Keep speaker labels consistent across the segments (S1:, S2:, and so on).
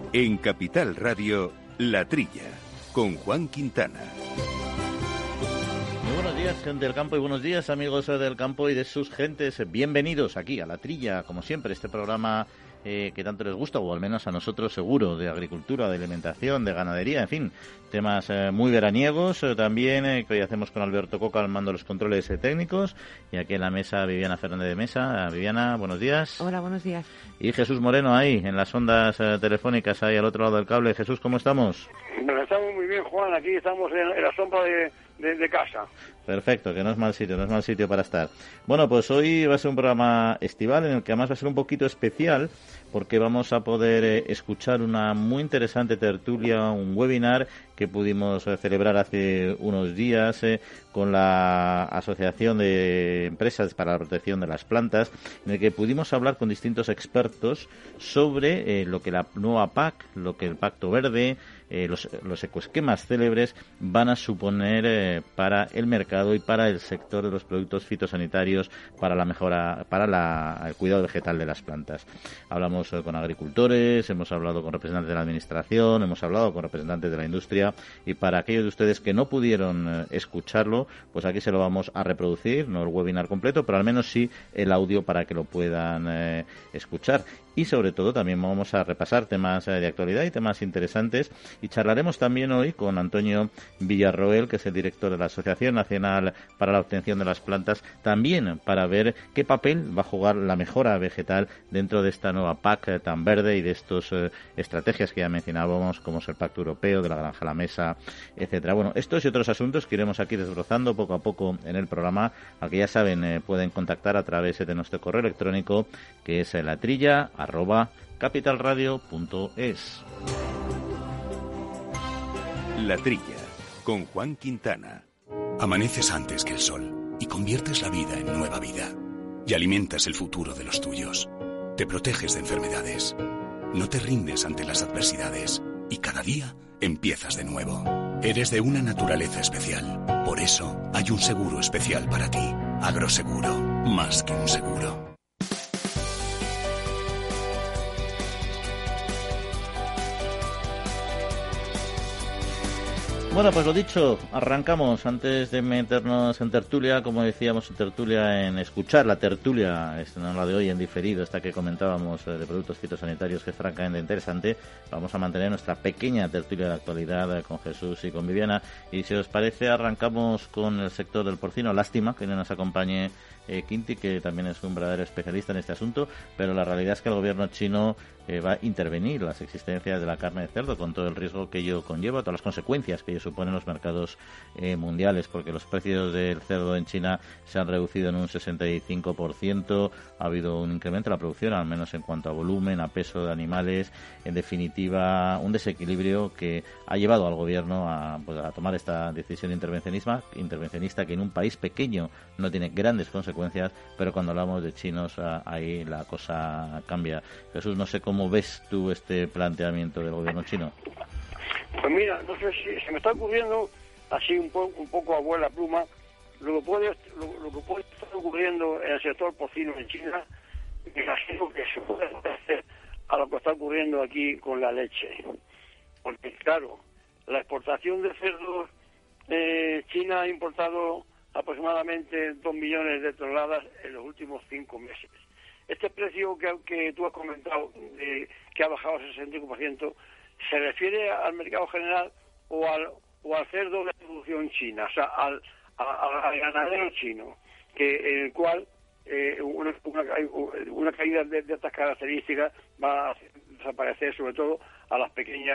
S1: En Capital Radio, La Trilla, con Juan Quintana.
S2: Muy buenos días, gente del campo, y buenos días, amigos del campo y de sus gentes. Bienvenidos aquí a La Trilla, como siempre, este programa que tanto les gusta, o al menos a nosotros seguro, de agricultura, de alimentación, de ganadería, en fin, temas muy veraniegos también, que hoy hacemos con Alberto Coca al mando de los controles técnicos, y aquí en la mesa Viviana Fernández de Mesa. Viviana, buenos días.
S3: Hola, buenos días.
S2: Y Jesús Moreno ahí, en las ondas telefónicas, ahí al otro lado del cable. Jesús, ¿cómo estamos?
S4: Bueno, estamos muy bien, Juan, aquí estamos en la sombra de casa.
S2: Perfecto, que no es mal sitio para estar. Bueno, pues hoy va a ser un programa estival en el que además va a ser un poquito especial porque vamos a poder escuchar una muy interesante tertulia, un webinar que pudimos celebrar hace unos días con la Asociación de Empresas para la Protección de las Plantas, en el que pudimos hablar con distintos expertos sobre lo que la nueva PAC, lo que el Pacto Verde, los ecoesquemas célebres van a suponer para el mercado y para el sector de los productos fitosanitarios para la mejora, para el cuidado vegetal de las plantas. Hablamos con agricultores, hemos hablado con representantes de la administración, hemos hablado con representantes de la industria, y para aquellos de ustedes que no pudieron escucharlo, pues aquí se lo vamos a reproducir, no el webinar completo, pero al menos sí el audio para que lo puedan escuchar. Y sobre todo también vamos a repasar temas de actualidad y temas interesantes, y charlaremos también hoy con Antonio Villarroel, que es el director de la Asociación Nacional para la Obtención de las Plantas, también para ver qué papel va a jugar la mejora vegetal dentro de esta nueva PAC tan verde y de estas estrategias que ya mencionábamos, como es el Pacto Europeo, de la granja a la mesa, etcétera. Bueno, estos y otros asuntos que iremos aquí desbrozando poco a poco en el programa, al que ya saben, pueden contactar a través de nuestro correo electrónico, que es latrilla@capitalradio.es.
S1: La Trilla, con Juan Quintana.
S5: Amaneces antes que el sol y conviertes la vida en nueva vida. Y alimentas el futuro de los tuyos. Te proteges de enfermedades. No te rindes ante las adversidades. Y cada día empiezas de nuevo. Eres de una naturaleza especial. Por eso hay un seguro especial para ti. Agroseguro. Más que un seguro.
S2: Bueno, pues lo dicho, arrancamos. Antes de meternos en tertulia, como decíamos, en escuchar la tertulia, no la de hoy en diferido, esta que comentábamos de productos fitosanitarios, que es francamente interesante, vamos a mantener nuestra pequeña tertulia de actualidad con Jesús y con Viviana. Y si os parece, arrancamos con el sector del porcino. Lástima que no nos acompañe Quinti, que también es un verdadero especialista en este asunto, pero la realidad es que el gobierno chino va a intervenir las existencias de la carne de cerdo, con todo el riesgo que ello conlleva, todas las consecuencias que ello supone en los mercados mundiales, porque los precios del cerdo en China se han reducido en un 65%, ha habido un incremento de la producción, al menos en cuanto a volumen, a peso de animales, en definitiva un desequilibrio que ha llevado al gobierno a tomar esta decisión intervencionista, que en un país pequeño no tiene grandes consecuencias, pero cuando hablamos de chinos ahí la cosa cambia. Jesús, no sé cómo ves tú este planteamiento del gobierno chino.
S4: Pues mira, no sé si se me está ocurriendo así un poco a vuela pluma lo que puede estar ocurriendo en el sector porcino en China, y imagino que se puede hacer a lo que está ocurriendo aquí con la leche. Porque claro, la exportación de cerdos, China ha importado aproximadamente 2 millones de toneladas en los últimos 5 meses. Este precio que tú has comentado, que ha bajado al 65%, ¿se refiere al mercado general o al cerdo de producción china? O sea, al ganadero chino, en el cual una caída de estas características va a desaparecer, sobre todo a los pequeños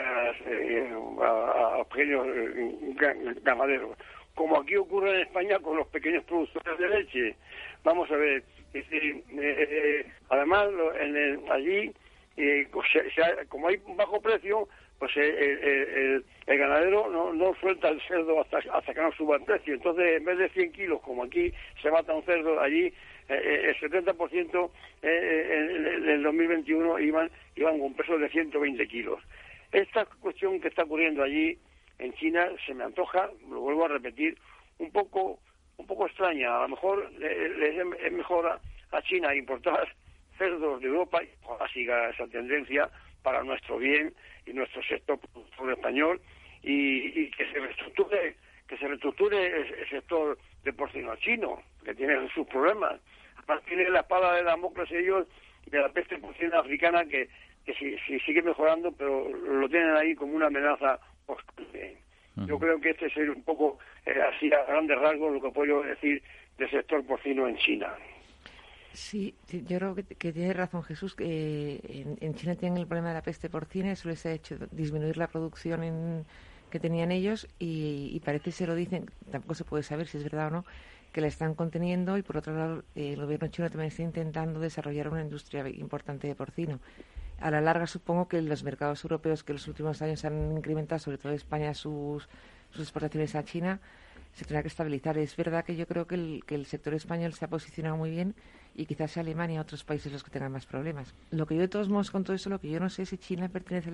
S4: ganaderos, como aquí ocurre en España con los pequeños productores de leche. Vamos a ver, además allí, como hay un bajo precio, pues el ganadero no suelta el cerdo hasta que no suba el precio. Entonces, en vez de 100 kilos, como aquí se mata un cerdo, allí el 70% en el 2021 iban con peso de 120 kilos. Esta cuestión que está ocurriendo allí en China se me antoja, lo vuelvo a repetir, un poco extraña. A lo mejor es mejor a China importar cerdos de Europa, y ojalá siga esa tendencia, para nuestro bien y nuestro sector productor español, y que se reestructure el sector de porcino chino, que tiene sus problemas. Además tiene la espada de Damocles ellos de la peste porcina africana que sigue mejorando, pero lo tienen ahí como una amenaza constante. Yo creo que este es un poco, así a grandes rasgos, lo que puedo decir del sector porcino en China.
S3: Sí, yo creo que tiene razón Jesús, que en China tienen el problema de la peste porcina, eso les ha hecho disminuir la producción que tenían ellos y parece, se lo dicen, tampoco se puede saber si es verdad o no, que la están conteniendo, y por otro lado el gobierno chino también está intentando desarrollar una industria importante de porcino. A la larga supongo que los mercados europeos, que en los últimos años han incrementado, sobre todo España, sus exportaciones a China, se tendrá que estabilizar. Es verdad que yo creo que el sector español se ha posicionado muy bien, y quizás sea Alemania y otros países los que tengan más problemas. Lo que yo de todos modos con todo eso, lo que yo no sé es si China pertenece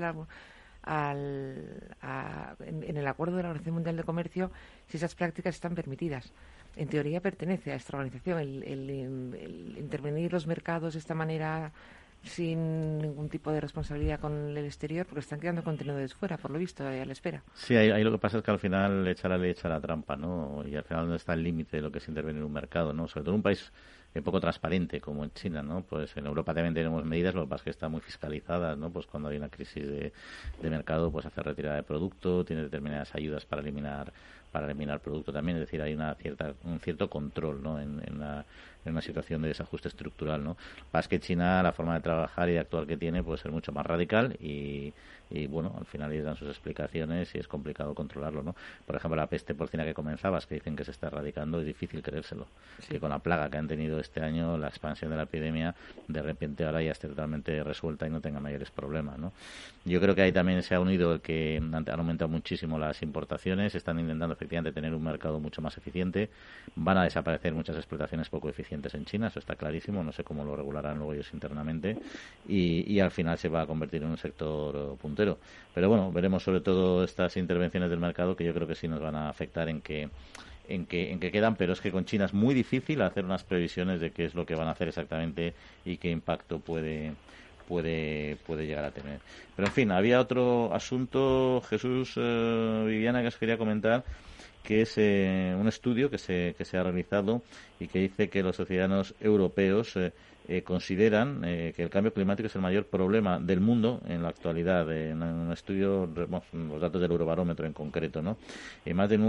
S3: en el acuerdo de la Organización Mundial de Comercio, si esas prácticas están permitidas. En teoría pertenece a esta organización el intervenir los mercados de esta manera sin ningún tipo de responsabilidad con el exterior, porque están quedando contenedores fuera, por lo visto, a la espera.
S2: Sí, ahí lo que pasa es que al final echa la ley, echa la trampa, ¿no? Y al final no está el límite de lo que es intervenir en un mercado, ¿no? Sobre todo en un país poco transparente como en China, ¿no? Pues en Europa también tenemos medidas, lo que pasa es que están muy fiscalizadas, ¿no? Pues cuando hay una crisis de mercado, pues hace retirada de producto, tiene determinadas ayudas para eliminar producto también, es decir, hay un cierto control, ¿no? En una situación de desajuste estructural, ¿no? Lo que pasa es que China, la forma de trabajar y de actuar que tiene, puede ser mucho más radical y bueno, al final ellos dan sus explicaciones y es complicado controlarlo, ¿no? Por ejemplo, la peste porcina que comenzabas, que dicen que se está erradicando, es difícil creérselo. Sí. Que con la plaga que han tenido este año, la expansión de la epidemia, de repente ahora ya esté totalmente resuelta y no tenga mayores problemas, ¿no? Yo creo que ahí también se ha unido el que han aumentado muchísimo las importaciones, están intentando efectivamente tener un mercado mucho más eficiente, van a desaparecer muchas explotaciones poco eficientes en China, eso está clarísimo, no sé cómo lo regularán luego ellos internamente, y al final se va a convertir en un sector puntero. Pero bueno, veremos sobre todo estas intervenciones del mercado, que yo creo que sí nos van a afectar en que quedan, pero es que con China es muy difícil hacer unas previsiones de qué es lo que van a hacer exactamente y qué impacto puede llegar a tener. Pero en fin, había otro asunto, Jesús, Viviana, que os quería comentar, que es un estudio que se ha realizado y que dice que los ciudadanos europeos consideran que el cambio climático es el mayor problema del mundo en la actualidad. En un estudio, los datos del Eurobarómetro en concreto, ¿no? Más de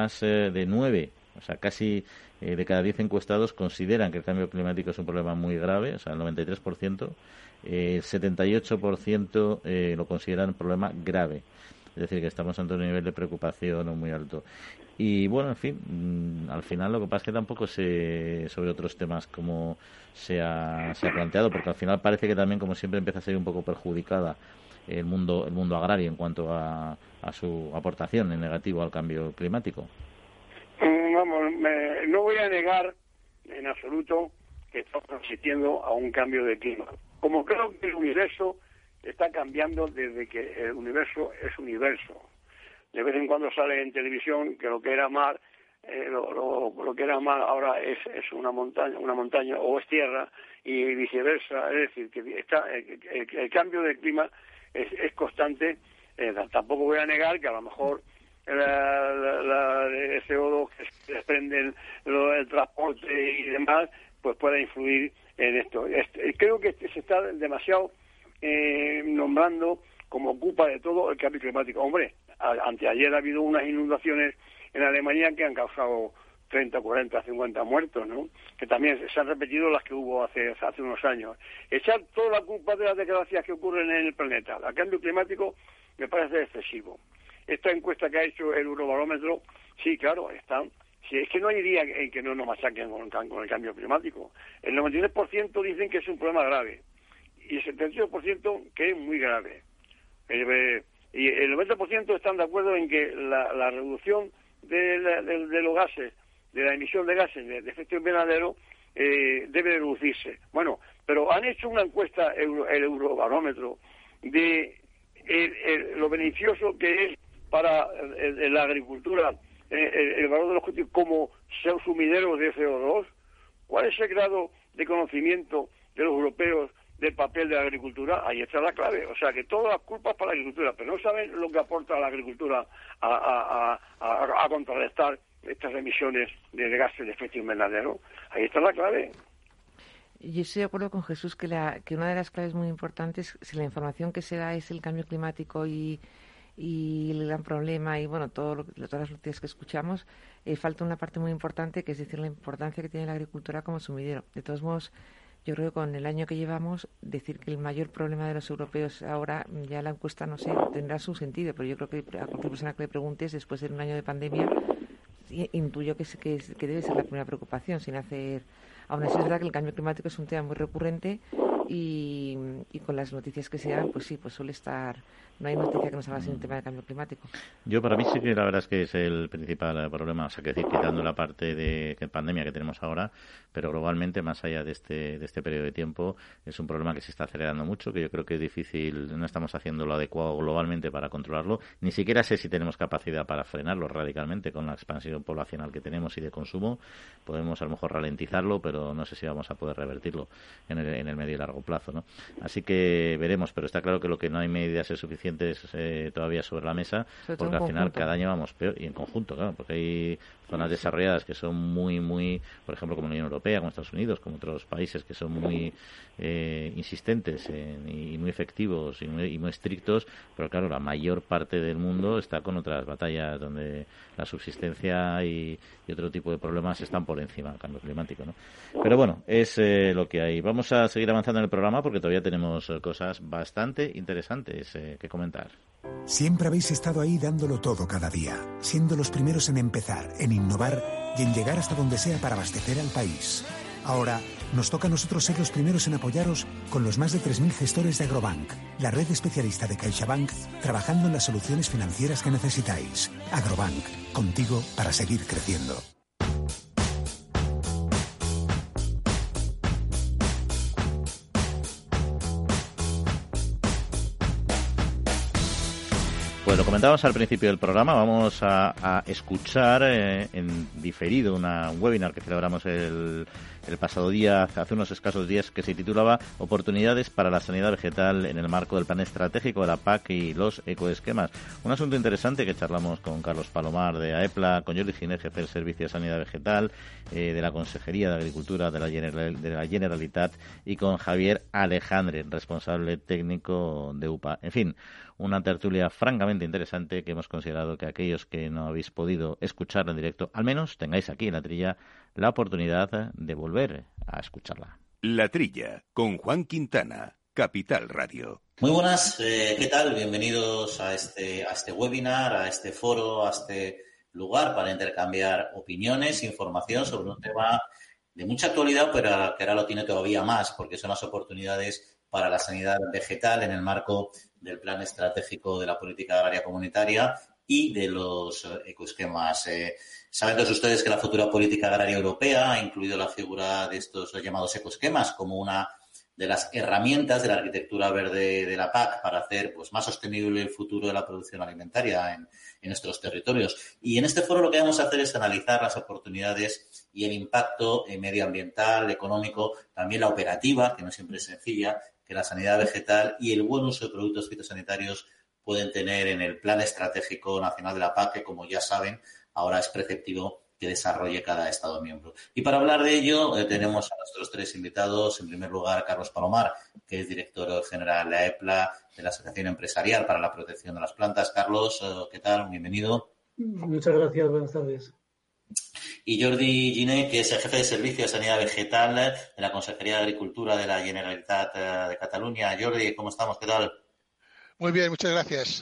S2: 9, o sea, casi de cada 10 encuestados consideran que el cambio climático es un problema muy grave, o sea, el 93%, el 78% lo consideran un problema grave. Es decir, que estamos ante un nivel de preocupación muy alto. Y bueno, en fin, al final lo que pasa es que tampoco sé sobre otros temas como se ha planteado, porque al final parece que también, como siempre, empieza a ser un poco perjudicada el mundo agrario en cuanto a su aportación en negativo al cambio climático.
S4: Vamos, no voy a negar en absoluto que estamos asistiendo a un cambio de clima. Como creo que el universo está cambiando desde que el universo es universo. De vez en cuando sale en televisión que lo que era mar, lo que era mar ahora es una montaña o es tierra y viceversa. Es decir, que el cambio de clima es constante. Tampoco voy a negar que a lo mejor el CO2 que se desprende el transporte y demás, pues pueda influir en esto. Creo que se está demasiado nombrando como culpa de todo el cambio climático. Hombre, anteayer ha habido unas inundaciones en Alemania que han causado 30, 40, 50 muertos, ¿no? Que también se han repetido las que hubo hace unos años. Echar toda la culpa de las desgracias que ocurren en el planeta al cambio climático me parece excesivo. Esta encuesta que ha hecho el Eurobarómetro, sí, claro, están. Si es que no hay día en que no nos masacren con el cambio climático. El 93% dicen que es un problema grave y el 78% que es muy grave. Y el 90% están de acuerdo en que la reducción de los gases, de la emisión de gases de efecto invernadero, debe reducirse. Bueno, pero han hecho una encuesta, el Eurobarómetro, de lo beneficioso que es para la agricultura el valor de los cultivos como sumideros de CO2. ¿Cuál es el grado de conocimiento de los europeos del papel de la agricultura, ahí está la clave. O sea, que todas las culpas para la agricultura, pero no saben lo que aporta la agricultura a contrarrestar estas emisiones de gases de efecto invernadero. Ahí está la clave.
S3: Yo estoy de acuerdo con Jesús que una de las claves muy importantes, si la información que se da es el cambio climático y el gran problema y bueno todas las noticias que escuchamos, falta una parte muy importante, que es decir, la importancia que tiene la agricultura como sumidero. De todos modos, yo creo que con el año que llevamos, decir que el mayor problema de los europeos ahora, ya la encuesta no sé, tendrá su sentido, pero yo creo que a cualquier persona que le preguntes después de un año de pandemia, intuyo que debe ser la primera preocupación, sin hacer. Aún así es verdad que el cambio climático es un tema muy recurrente y con las noticias que se dan, pues sí, pues suele estar. No hay noticia que nos haga sin el tema del cambio climático.
S2: Yo, para mí sí que la verdad es que es el principal problema, o sea, que decir, quitando la parte de pandemia que tenemos ahora, pero globalmente, más allá de este periodo de tiempo, es un problema que se está acelerando mucho, que yo creo que es difícil, no estamos haciendo lo adecuado globalmente para controlarlo, ni siquiera sé si tenemos capacidad para frenarlo radicalmente con la expansión poblacional que tenemos y de consumo. Podemos a lo mejor ralentizarlo, pero no sé si vamos a poder revertirlo en el medio y largo plazo, ¿no? Así que veremos, pero está claro que lo que no hay medidas es suficiente todavía sobre la mesa, porque al final cada año vamos peor, y en conjunto, claro, porque hay zonas desarrolladas que son muy, por ejemplo, como la Unión Europea, como Estados Unidos, como otros países que son muy insistentes y muy efectivos y muy estrictos, pero claro, la mayor parte del mundo está con otras batallas donde la subsistencia y otro tipo de problemas están por encima del cambio climático, ¿no? Pero bueno, es lo que hay. Vamos a seguir avanzando en el programa porque todavía tenemos cosas bastante interesantes que comentar.
S6: Siempre habéis estado ahí dándolo todo cada día, siendo los primeros en empezar, en innovar y en llegar hasta donde sea para abastecer al país. Ahora nos toca a nosotros ser los primeros en apoyaros con los más de 3.000 gestores de Agrobank, la red especialista de CaixaBank, trabajando en las soluciones financieras que necesitáis. Agrobank, contigo para seguir creciendo.
S2: Pues lo comentábamos al principio del programa, vamos a escuchar en diferido un webinar que celebramos el pasado día, hace unos escasos días, que se titulaba Oportunidades para la sanidad vegetal en el marco del plan estratégico de la PAC y los ecoesquemas. Un asunto interesante que charlamos con Carlos Palomar de AEPLA, con Jordi Giner, jefe del Servicio de Sanidad Vegetal, de la Consejería de Agricultura de la Generalitat, y con Javier Alejandre, responsable técnico de UPA. En fin, una tertulia francamente interesante que hemos considerado que aquellos que no habéis podido escucharla en directo, al menos tengáis aquí en La Trilla la oportunidad de volver a escucharla.
S1: La Trilla, con Juan Quintana, Capital Radio.
S7: Muy buenas, ¿qué tal? Bienvenidos a este webinar, a este foro, a este lugar para intercambiar opiniones, información sobre un tema de mucha actualidad, pero que ahora lo tiene todavía más, porque son las oportunidades para la sanidad vegetal en el marco del Plan Estratégico de la Política Agraria Comunitaria y de los ecoesquemas. Saben todos ustedes que la futura política agraria europea ha incluido la figura de estos llamados ecoesquemas como una de las herramientas de la arquitectura verde de la PAC para hacer pues más sostenible el futuro de la producción alimentaria en nuestros territorios. Y en este foro lo que vamos a hacer es analizar las oportunidades y el impacto medioambiental, económico, también la operativa, que no siempre es sencilla, que la sanidad vegetal y el buen uso de productos fitosanitarios pueden tener en el Plan Estratégico Nacional de la PAC, que, como ya saben, ahora es preceptivo que desarrolle cada Estado miembro. Y para hablar de ello tenemos a nuestros tres invitados. En primer lugar, Carlos Palomar, que es director general de AEPLA, de la Asociación Empresarial para la Protección de las Plantas. Carlos, ¿qué tal? Bienvenido.
S8: Muchas gracias, buenas tardes.
S7: Y Jordi Giner, que es el jefe de Servicio de Sanidad Vegetal de la Consejería de Agricultura de la Generalitat de Cataluña. Jordi, ¿cómo estamos? ¿Qué tal?
S9: Muy bien, muchas gracias.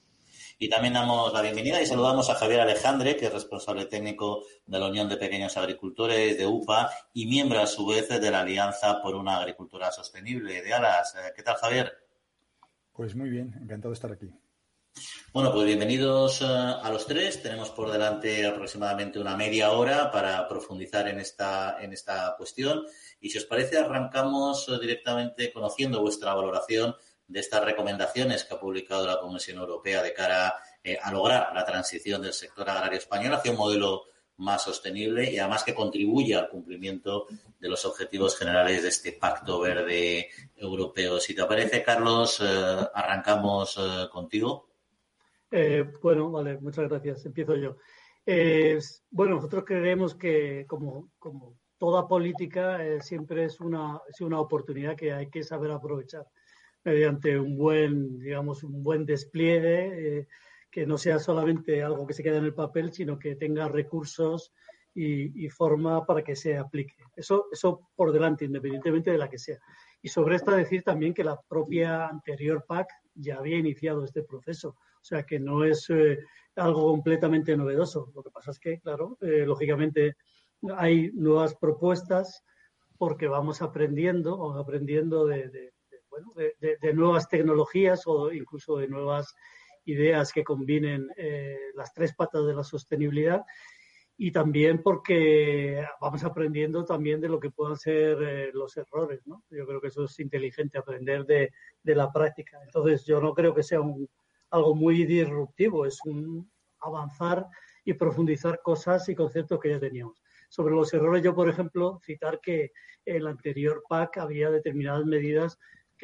S7: Y también damos la bienvenida y saludamos a Javier Alejandre, que es responsable técnico de la Unión de Pequeños Agricultores de UPA y miembro a su vez de la Alianza por una Agricultura Sostenible de ALAS. ¿Qué tal, Javier?
S10: Pues muy bien, encantado de estar aquí.
S7: Bueno, pues bienvenidos a los tres. Tenemos por delante aproximadamente una media hora para profundizar en esta cuestión. Y si os parece, arrancamos directamente conociendo vuestra valoración de estas recomendaciones que ha publicado la Comisión Europea de cara a lograr la transición del sector agrario español hacia un modelo más sostenible y además que contribuya al cumplimiento de los objetivos generales de este Pacto Verde Europeo. Si te parece, Carlos, arrancamos contigo.
S8: Bueno, vale, muchas gracias. Empiezo yo. Bueno, nosotros creemos que como toda política siempre es una oportunidad que hay que saber aprovechar mediante un buen despliegue, que no sea solamente algo que se quede en el papel, sino que tenga recursos y forma para que se aplique. Eso por delante, independientemente de la que sea. Y sobre esto decir también que la propia anterior PAC ya había iniciado este proceso. O sea, que no es algo completamente novedoso. Lo que pasa es que, claro, lógicamente hay nuevas propuestas porque vamos aprendiendo de nuevas tecnologías o incluso de nuevas ideas que combinen las tres patas de la sostenibilidad, y también porque vamos aprendiendo también de lo que puedan ser los errores, ¿no? Yo creo que eso es inteligente, aprender de la práctica. Entonces, yo no creo que sea algo muy disruptivo, es un avanzar y profundizar cosas y conceptos que ya teníamos. Sobre los errores, yo, por ejemplo, citar que en la anterior PAC había determinadas medidas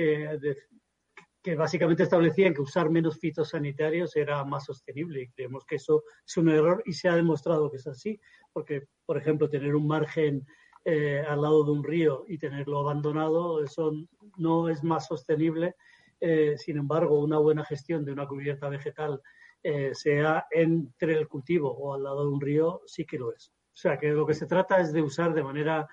S8: que básicamente establecían que usar menos fitosanitarios era más sostenible, y creemos que eso es un error y se ha demostrado que es así, porque, por ejemplo, tener un margen al lado de un río y tenerlo abandonado, eso no es más sostenible. Sin embargo, una buena gestión de una cubierta vegetal, sea entre el cultivo o al lado de un río, sí que lo es. O sea, que lo que se trata es de usar de manera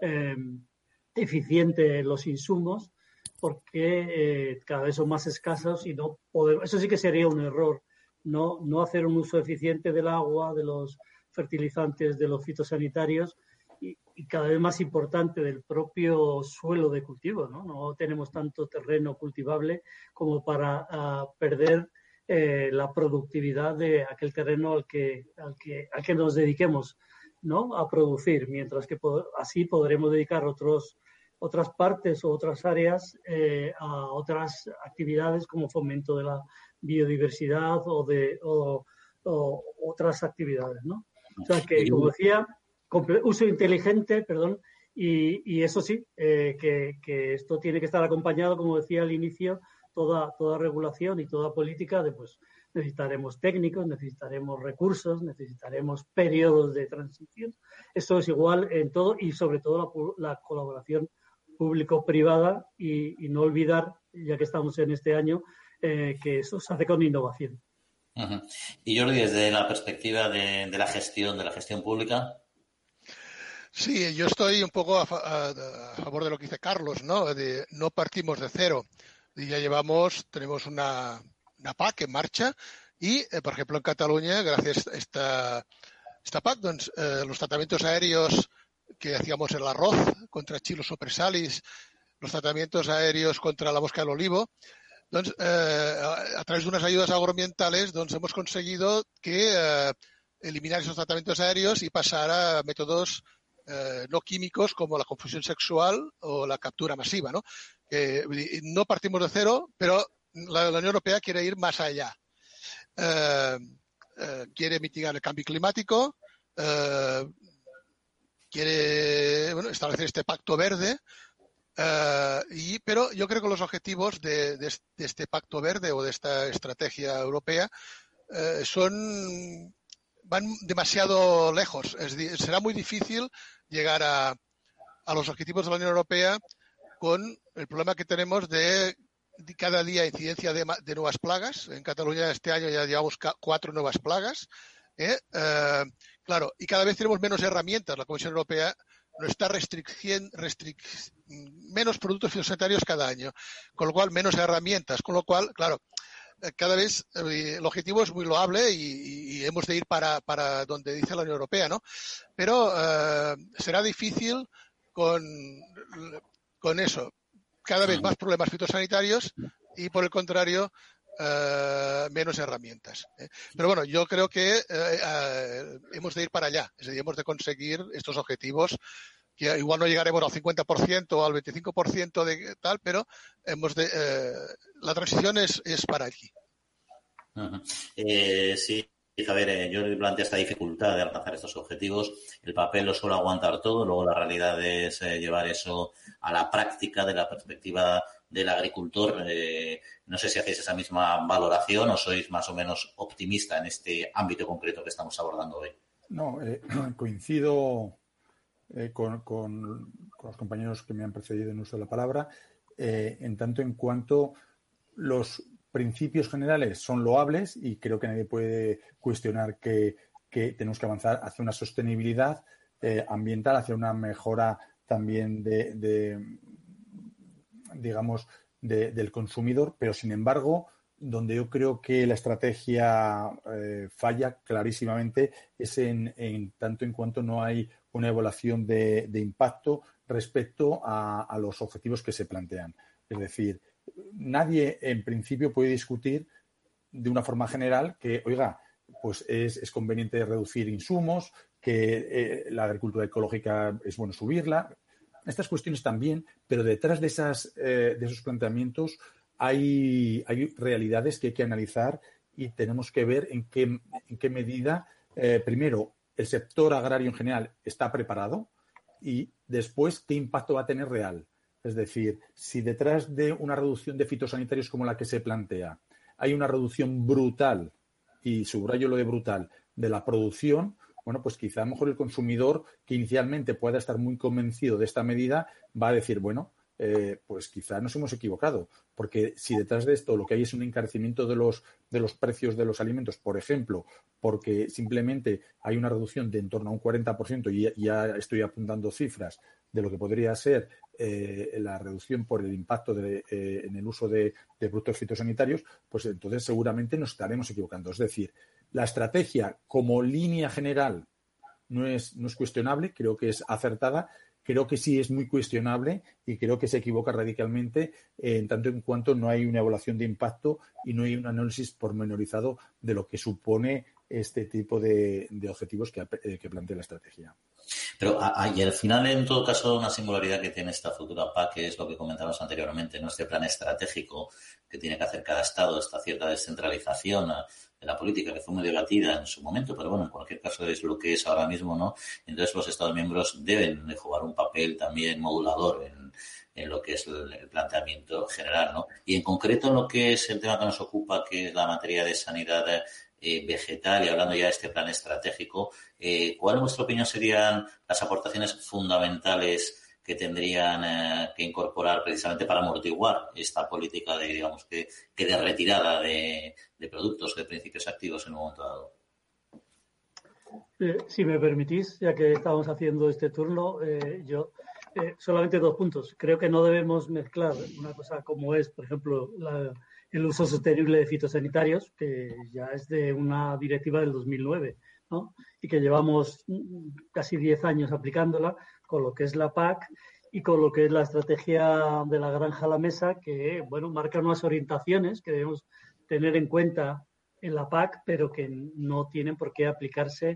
S8: eficiente los insumos, porque cada vez son más escasos y no podemos. Eso sí que sería un error, no hacer un uso eficiente del agua, de los fertilizantes, de los fitosanitarios, y cada vez más importante del propio suelo de cultivo, ¿no? No tenemos tanto terreno cultivable como para perder la productividad de aquel terreno al que nos dediquemos, ¿no?, a producir, mientras que así podremos dedicar otras partes o otras áreas a otras actividades como fomento de la biodiversidad o otras actividades, ¿no? O sea que, como decía, uso inteligente, y eso sí, que esto tiene que estar acompañado, como decía al inicio, toda regulación y toda política de, pues, necesitaremos técnicos, necesitaremos recursos, necesitaremos periodos de transición. Esto es igual en todo, y sobre todo la colaboración público-privada, y no olvidar, ya que estamos en este año, que eso se hace con innovación.
S7: Uh-huh. Y Jordi, desde la perspectiva de la gestión pública.
S9: Sí, yo estoy un poco a favor de lo que dice Carlos, ¿no? No partimos de cero. Y ya tenemos una PAC en marcha y, por ejemplo, en Cataluña, gracias a esta PAC, los tratamientos aéreos que hacíamos el arroz contra chilos o presalis, los tratamientos aéreos contra la mosca del olivo, a través de unas ayudas agroambientales, hemos conseguido eliminar esos tratamientos aéreos y pasar a métodos no químicos como la confusión sexual o la captura masiva, ¿no? No partimos de cero, pero la Unión Europea quiere ir más allá. Quiere mitigar el cambio climático, quiere establecer este pacto verde, pero yo creo que los objetivos de este pacto verde o de esta estrategia europea van demasiado lejos. Será muy difícil llegar a los objetivos de la Unión Europea con el problema que tenemos de cada día incidencia de nuevas plagas. En Cataluña este año ya llevamos 4 nuevas plagas. Claro, y cada vez tenemos menos herramientas. La Comisión Europea nos está menos productos fitosanitarios cada año, con lo cual menos herramientas, con lo cual, claro, cada vez el objetivo es muy loable y hemos de ir para donde dice la Unión Europea, ¿no? Pero será difícil con eso. Cada vez más problemas fitosanitarios y, por el contrario, menos herramientas. Pero bueno, yo creo que hemos de ir para allá. Es decir, hemos de conseguir estos objetivos, que igual no llegaremos al 50% o al 25% de tal, pero la transición es para allí.
S7: Uh-huh. Sí, A ver, yo le planteo esta dificultad de alcanzar estos objetivos. El papel lo suele aguantar todo, luego la realidad es llevar eso a la práctica de la perspectiva del agricultor. No sé si hacéis esa misma valoración o sois más o menos optimista en este ámbito concreto que estamos abordando hoy.
S10: No, coincido con los compañeros que me han precedido en uso de la palabra, en tanto en cuanto los principios generales son loables y creo que nadie puede cuestionar que tenemos que avanzar hacia una sostenibilidad ambiental, hacia una mejora también del consumidor, pero sin embargo, donde yo creo que la estrategia falla clarísimamente es en tanto en cuanto no hay una evaluación de impacto respecto a los objetivos que se plantean. Es decir, nadie en principio puede discutir de una forma general que, oiga, pues es conveniente reducir insumos, que la agricultura ecológica es bueno subirla. Estas cuestiones también, pero detrás de esos planteamientos hay realidades que hay que analizar y tenemos que ver en qué medida, primero, el sector agrario en general está preparado y después qué impacto va a tener real. Es decir, si detrás de una reducción de fitosanitarios como la que se plantea hay una reducción brutal, y subrayo lo de brutal, de la producción, bueno, pues quizá a lo mejor el consumidor que inicialmente pueda estar muy convencido de esta medida va a decir, bueno, pues quizá nos hemos equivocado, porque si detrás de esto lo que hay es un encarecimiento de los precios de los alimentos, por ejemplo, porque simplemente hay una reducción de en torno a un 40%, y ya estoy apuntando cifras de lo que podría ser la reducción por el impacto en el uso de productos fitosanitarios, pues entonces seguramente nos estaremos equivocando. Es decir, la estrategia como línea general no es cuestionable, creo que es acertada. Creo que sí es muy cuestionable y creo que se equivoca radicalmente en tanto en cuanto no hay una evaluación de impacto y no hay un análisis pormenorizado de lo que supone este tipo de objetivos que plantea la estrategia.
S7: Pero y al final, en todo caso, una singularidad que tiene esta futura PAC, que es lo que comentábamos anteriormente, ¿no? Este plan estratégico que tiene que hacer cada Estado, esta cierta descentralización de la política que fue muy debatida en su momento, pero bueno, en cualquier caso es lo que es ahora mismo, ¿no? Entonces los Estados miembros deben de jugar un papel también modulador en lo que es el planteamiento general, ¿no? Y en concreto en lo que es el tema que nos ocupa, que es la materia de sanidad vegetal, y hablando ya de este plan estratégico, ¿cuál en vuestra opinión serían las aportaciones fundamentales que tendrían que incorporar precisamente para amortiguar esta política de, digamos, que de retirada de productos, de principios activos en un momento dado?
S8: Si me permitís, ya que estamos haciendo este turno, yo solamente 2 puntos. Creo que no debemos mezclar una cosa como es, por ejemplo, el uso sostenible de fitosanitarios, que ya es de una directiva del 2009, ¿no? Y que llevamos casi 10 años aplicándola, con lo que es la PAC y con lo que es la estrategia de la granja a la mesa, que, bueno, marca unas orientaciones que debemos tener en cuenta en la PAC, pero que no tienen por qué aplicarse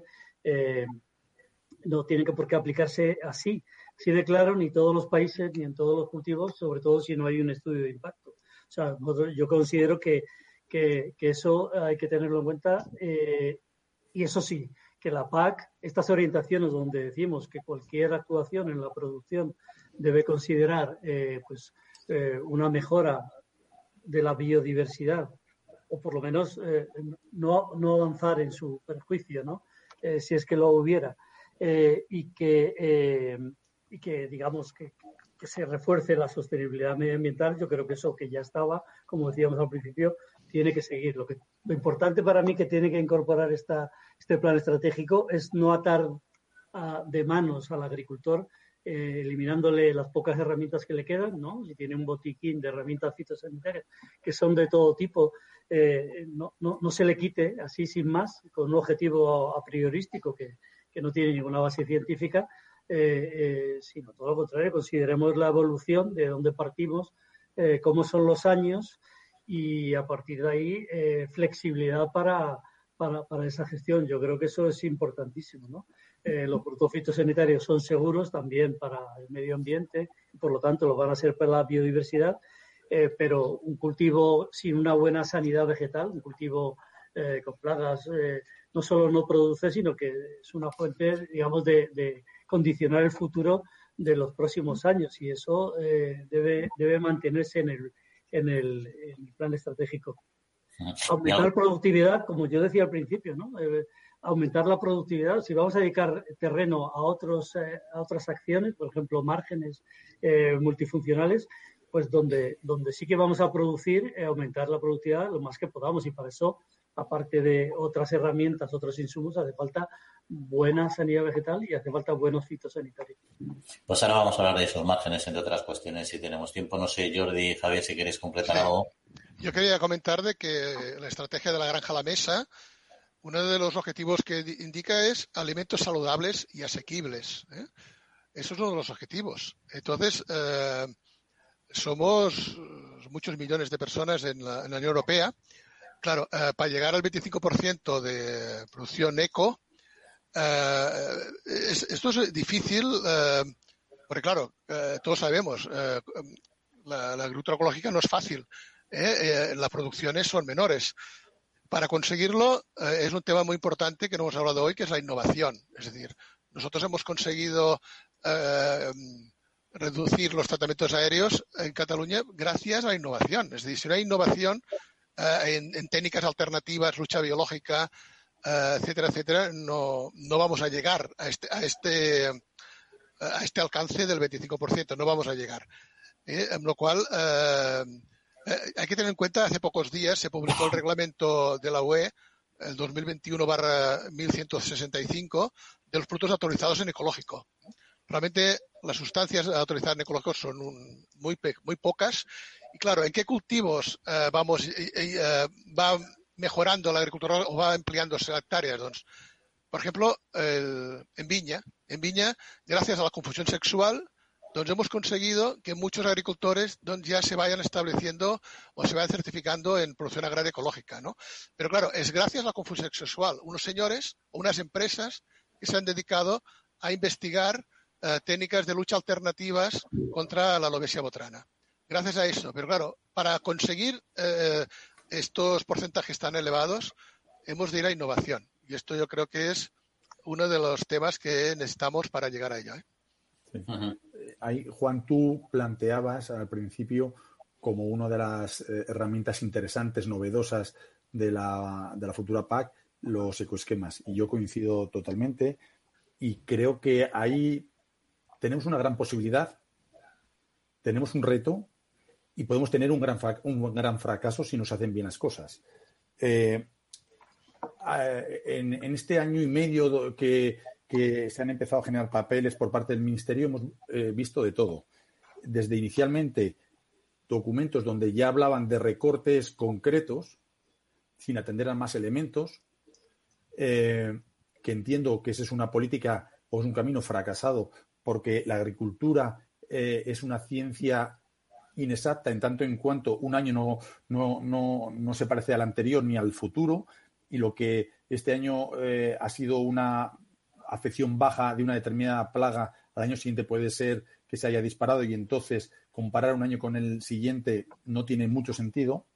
S8: así de claro, ni todos los países, ni en todos los cultivos, sobre todo si no hay un estudio de impacto. O sea, yo considero que eso hay que tenerlo en cuenta, y eso sí, que la PAC, estas orientaciones donde decimos que cualquier actuación en la producción debe considerar una mejora de la biodiversidad, o por lo menos no avanzar en su perjuicio, ¿no? Si es que lo hubiera, y que digamos que se refuerce la sostenibilidad medioambiental. Yo creo que eso que ya estaba, como decíamos al principio, tiene que seguir. Lo importante para mí que tiene que incorporar este plan estratégico es no atar de manos al agricultor, eliminándole las pocas herramientas que le quedan, ¿no? Si tiene un botiquín de herramientas fitosanitarias que son de todo tipo, no se le quite así sin más, con un objetivo a priorístico que no tiene ninguna base científica, sino todo lo contrario, consideremos la evolución de dónde partimos, cómo son los años, y a partir de ahí flexibilidad para esa gestión. Yo creo que eso es importantísimo, ¿no? Los productos fitosanitarios son seguros también para el medio ambiente, y por lo tanto lo van a ser para la biodiversidad, pero un cultivo sin una buena sanidad vegetal, un cultivo con plagas, no solo no produce, sino que es una fuente, digamos, de condicionar el futuro de los próximos años, y eso debe mantenerse en el plan estratégico. Aumentar productividad, como yo decía al principio, ¿no? Aumentar la productividad. Si vamos a dedicar terreno a otras acciones, por ejemplo, márgenes multifuncionales, pues donde sí que vamos a producir, aumentar la productividad lo más que podamos, y para eso, aparte de otras herramientas, otros insumos, hace falta buena sanidad vegetal y hace falta buenos fitosanitarios.
S7: Pues ahora vamos a hablar de esos márgenes, entre otras cuestiones, si tenemos tiempo. No sé, Jordi, Javier, si queréis completar algo.
S9: Yo quería comentar de que la estrategia de la granja a la mesa, uno de los objetivos que indica es alimentos saludables y asequibles, ¿eh? Eso es uno de los objetivos. Entonces, somos muchos millones de personas en la Unión Europea. Claro, para llegar al 25% de producción eco, esto es difícil, porque claro, todos sabemos, la agricultura ecológica no es fácil. Las producciones son menores. Para conseguirlo es un tema muy importante que no hemos hablado hoy, que es la innovación. Es decir, nosotros hemos conseguido reducir los tratamientos aéreos en Cataluña gracias a la innovación. Es decir, si no hay innovación en técnicas alternativas, lucha biológica, etcétera, etcétera, no vamos a llegar a este alcance del 25%. No vamos a llegar. En lo cual, hay que tener en cuenta, hace pocos días se publicó el reglamento de la UE, el 2021/1165, de los productos autorizados en ecológico. Realmente las sustancias autorizadas en ecológico son muy pocas. Y claro, ¿en qué cultivos va mejorando la agricultura o va ampliándose hectáreas? Doncs, por ejemplo, en viña, gracias a la confusión sexual, doncs hemos conseguido que muchos agricultores ya se vayan estableciendo o se vayan certificando en producción agraria ecológica, ¿no? Pero claro, es gracias a la confusión sexual. Unos señores o unas empresas que se han dedicado a investigar técnicas de lucha alternativas contra la alopecia botrana. Gracias a eso. Pero claro, para conseguir estos porcentajes tan elevados, hemos de ir a innovación. Y esto yo creo que es uno de los temas que necesitamos para llegar a ello, ¿eh?
S10: Sí. Ahí, Juan, tú planteabas al principio como una de las herramientas interesantes, novedosas de la futura PAC, los ecoesquemas. Y yo coincido totalmente y creo que ahí tenemos una gran posibilidad, tenemos un reto y podemos tener un gran fracaso si nos hacen bien las cosas. En este año y medio que se han empezado a generar papeles por parte del Ministerio, hemos visto de todo. Desde inicialmente documentos donde ya hablaban de recortes concretos, sin atender a más elementos, que entiendo que esa es una política o es un camino fracasado, porque la agricultura es una ciencia inexacta en tanto en cuanto un año no se parece al anterior ni al futuro, y lo que este año ha sido una afección baja de una determinada plaga, al año siguiente puede ser que se haya disparado, y entonces comparar un año con el siguiente no tiene mucho sentido.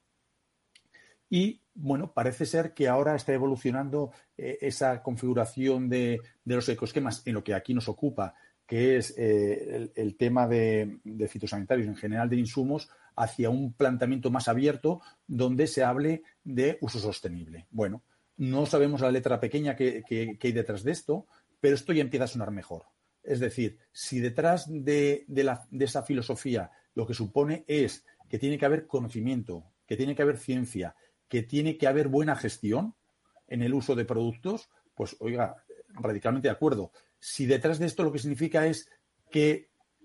S10: Y, bueno, parece ser que ahora está evolucionando esa configuración de los ecoesquemas en lo que aquí nos ocupa, que es el tema de fitosanitarios, en general de insumos, hacia un planteamiento más abierto donde se hable de uso sostenible. Bueno, no sabemos la letra pequeña que hay detrás de esto, pero esto ya empieza a sonar mejor. Es decir, si detrás de esa filosofía lo que supone es que tiene que haber conocimiento, que tiene que haber ciencia, que tiene que haber buena gestión en el uso de productos, pues, oiga, radicalmente de acuerdo. Si detrás de esto lo que significa es que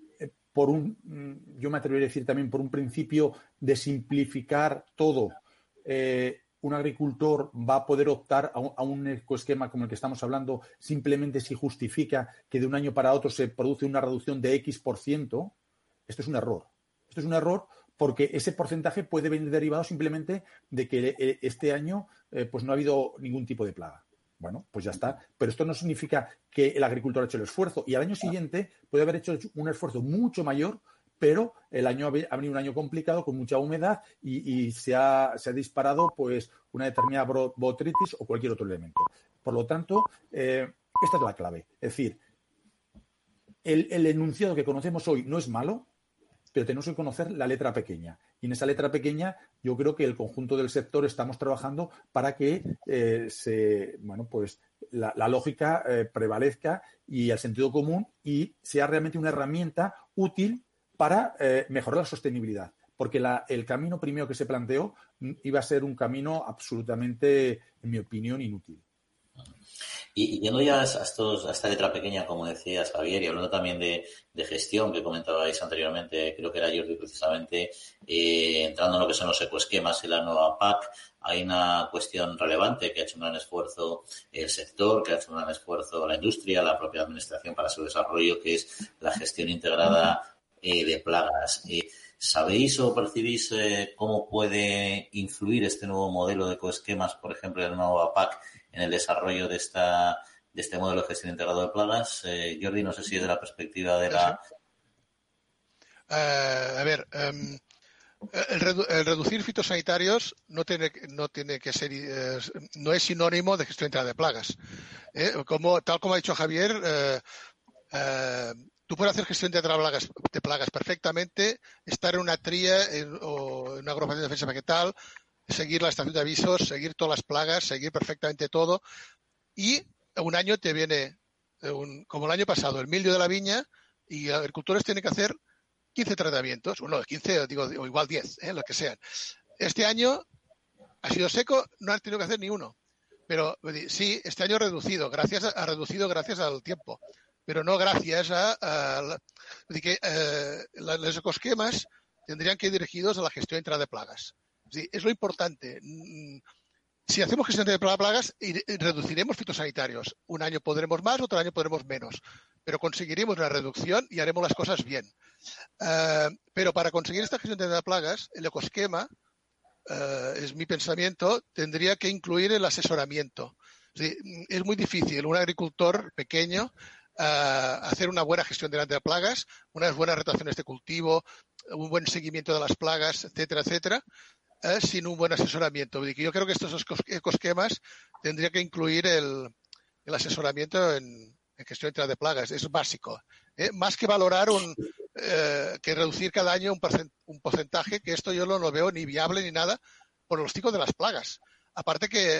S10: yo me atrevería a decir también por un principio de simplificar todo, un agricultor va a poder optar a un ecoesquema como el que estamos hablando simplemente si justifica que de un año para otro se produce una reducción de X%, esto es un error. Esto es un error porque ese porcentaje puede venir derivado simplemente de que este año pues no ha habido ningún tipo de plaga. Bueno, pues ya está. Pero esto no significa que el agricultor ha hecho el esfuerzo. Y al año siguiente puede haber hecho un esfuerzo mucho mayor, pero el año ha venido un año complicado con mucha humedad y se ha disparado pues una determinada botrytis o cualquier otro elemento. Por lo tanto, esta es la clave. Es decir, el enunciado que conocemos hoy no es malo, pero tenemos que conocer la letra pequeña. Y en esa letra pequeña yo creo que el conjunto del sector estamos trabajando para que la lógica prevalezca y el sentido común y sea realmente una herramienta útil para mejorar la sostenibilidad. Porque el camino primero que se planteó iba a ser un camino absolutamente, en mi opinión, inútil.
S7: Y yendo ya a esta letra pequeña, como decías, Javier, y hablando también de gestión que comentabais anteriormente, creo que era Jordi precisamente, entrando en lo que son los ecoesquemas y la nueva PAC, hay una cuestión relevante que ha hecho un gran esfuerzo el sector, que ha hecho un gran esfuerzo la industria, la propia administración para su desarrollo, que es la gestión integrada de plagas. ¿Sabéis o percibís cómo puede influir este nuevo modelo de ecoesquemas, por ejemplo, de la nueva PAC, en el desarrollo de este modelo de gestión integrado de plagas? Jordi, no sé si es de la perspectiva de la...
S9: El reducir fitosanitarios no tiene que ser, no es sinónimo de gestión integrada de plagas. Tal como ha dicho Javier, tú puedes hacer gestión de plagas perfectamente, estar en una tría o en una agrupación de defensa vegetal, seguir la estación de avisos, seguir todas las plagas, seguir perfectamente todo. Y un año te viene, como el año pasado, el mildio de la viña y los agricultores tienen que hacer 15 tratamientos, o 15, o igual 10, lo que sean. Este año ha sido seco, no han tenido que hacer ni uno. Pero sí, este año ha reducido gracias al tiempo. Pero no gracias los ecoesquemas tendrían que ir dirigidos a la gestión integrada de plagas. Sí, es lo importante. Si hacemos gestión de plagas, reduciremos fitosanitarios. Un año podremos más, otro año podremos menos. Pero conseguiremos una reducción y haremos las cosas bien. Pero para conseguir esta gestión de plagas, el ecoesquema, es mi pensamiento, tendría que incluir el asesoramiento. Es muy difícil un agricultor pequeño hacer una buena gestión de plagas, unas buenas rotaciones de cultivo, un buen seguimiento de las plagas, etcétera, etcétera, sin un buen asesoramiento. Yo creo que estos ecoesquemas tendría que incluir el asesoramiento en gestión de plagas. Es básico. Más que valorar que reducir cada año un porcentaje, que esto yo no lo veo ni viable ni nada por los ciclos de las plagas. Aparte que,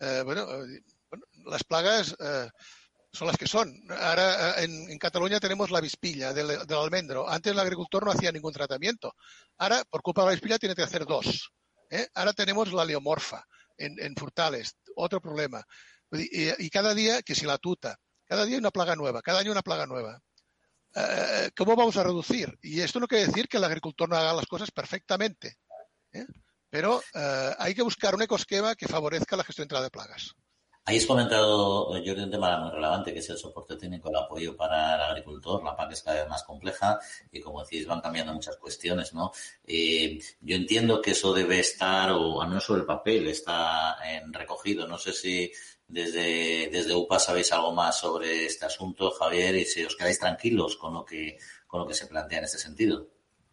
S9: las plagas son las que son. Ahora en Cataluña tenemos la avispilla del almendro. Antes el agricultor no hacía ningún tratamiento. Ahora, por culpa de la avispilla, tiene que hacer 2. Ahora tenemos la leomorfa en frutales. Otro problema. Y cada día, que si la tuta, cada día hay una plaga nueva, cada año una plaga nueva. ¿Cómo vamos a reducir? Y esto no quiere decir que el agricultor no haga las cosas perfectamente. Pero hay que buscar un ecoesquema que favorezca la gestión integrada de plagas.
S7: Habéis comentado, Jordi, un tema muy relevante, que es el soporte técnico, el apoyo para el agricultor. La PAC es cada vez más compleja y, como decís, van cambiando muchas cuestiones, ¿no? Yo entiendo que eso debe estar, o al menos sobre el papel, está recogido. No sé si desde UPA sabéis algo más sobre este asunto, Javier, y si os quedáis tranquilos con lo que se plantea en este sentido.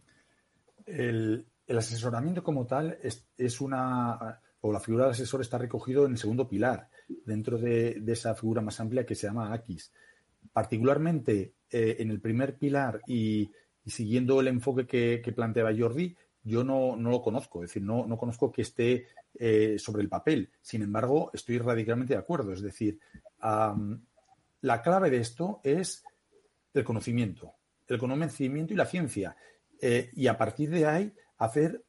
S10: El asesoramiento como tal o la figura del asesor está recogido en el segundo pilar, dentro de esa figura más amplia que se llama AQUIS. Particularmente en el primer pilar y siguiendo el enfoque que planteaba Jordi, yo no lo conozco, es decir, no conozco que esté sobre el papel. Sin embargo, estoy radicalmente de acuerdo. Es decir, la clave de esto es el conocimiento y la ciencia. Y a partir de ahí hacer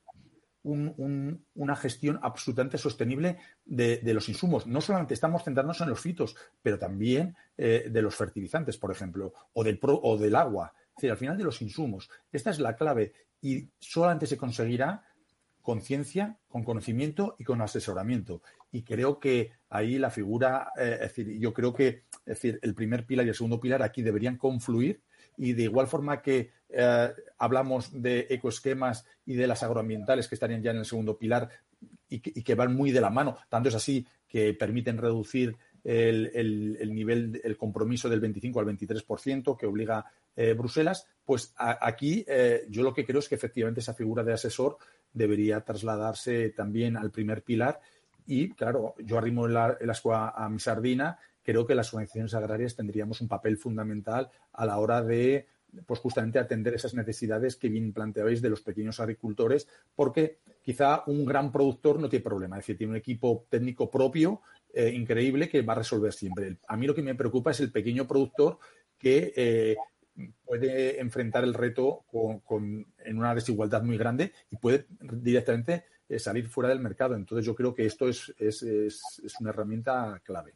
S10: una gestión absolutamente sostenible de los insumos. No solamente estamos centrándonos en los fitos, pero también de los fertilizantes, por ejemplo, o del agua. Es decir, al final de los insumos. Esta es la clave y solamente se conseguirá con ciencia, con conocimiento y con asesoramiento. Y creo que ahí la figura, yo creo que el primer pilar y el segundo pilar aquí deberían confluir. Y de igual forma que hablamos de ecoesquemas y de las agroambientales que estarían ya en el segundo pilar y que van muy de la mano, tanto es así que permiten reducir el nivel, el compromiso del 25 al 23% que obliga Bruselas, pues aquí yo lo que creo es que efectivamente esa figura de asesor debería trasladarse también al primer pilar Y, claro, yo arrimo el ascua a mi sardina. Creo que las organizaciones agrarias tendríamos un papel fundamental a la hora de, pues justamente, atender esas necesidades que bien planteabais de los pequeños agricultores, porque quizá un gran productor no tiene problema, es decir, tiene un equipo técnico propio increíble que va a resolver siempre. A mí lo que me preocupa es el pequeño productor que puede enfrentar el reto en una desigualdad muy grande y puede directamente salir fuera del mercado. Entonces yo creo que esto es una herramienta clave.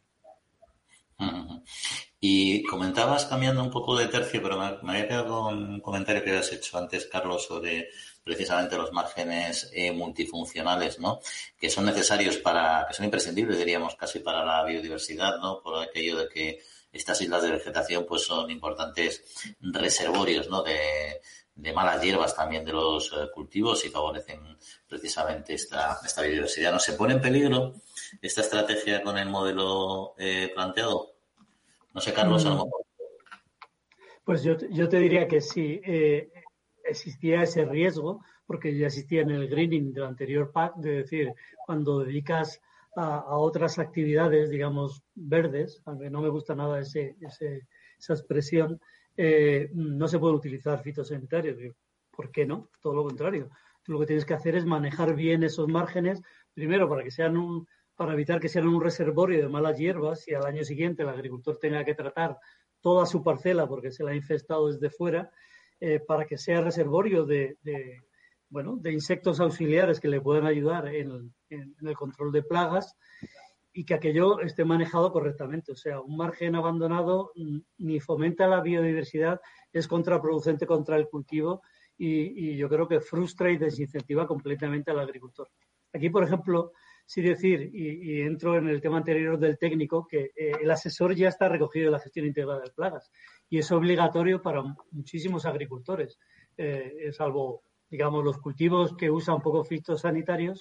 S7: Y comentabas, cambiando un poco de tercio, pero me había quedado con un comentario que habías hecho antes, Carlos, sobre precisamente los márgenes multifuncionales, ¿no? Que son necesarios que son imprescindibles, diríamos, casi para la biodiversidad, ¿no? Por aquello de que estas islas de vegetación pues son importantes reservorios, ¿no? De malas hierbas también de los cultivos y favorecen precisamente esta biodiversidad. ¿No se pone en peligro esta estrategia con el modelo planteado? No sé, Carlos, a lo mejor.
S8: Pues yo te diría que sí, existía ese riesgo, porque ya existía en el greening del anterior PAC, de decir, cuando dedicas a otras actividades, digamos, verdes, aunque no me gusta nada esa expresión, no se puede utilizar fitosanitarios. ¿Por qué no? Todo lo contrario. Tú lo que tienes que hacer es manejar bien esos márgenes, primero para evitar que sean un reservorio de malas hierbas y al año siguiente el agricultor tenga que tratar toda su parcela porque se la ha infestado desde fuera, para que sea reservorio de insectos auxiliares que le puedan ayudar en el control de plagas y que aquello esté manejado correctamente. O sea, un margen abandonado ni fomenta la biodiversidad, es contraproducente contra el cultivo y yo creo que frustra y desincentiva completamente al agricultor. Aquí, por ejemplo, sí decir, y entro en el tema anterior del técnico, que el asesor ya está recogido en la gestión integrada de plagas y es obligatorio para muchísimos agricultores, salvo, digamos, los cultivos que usan pocos fitosanitarios,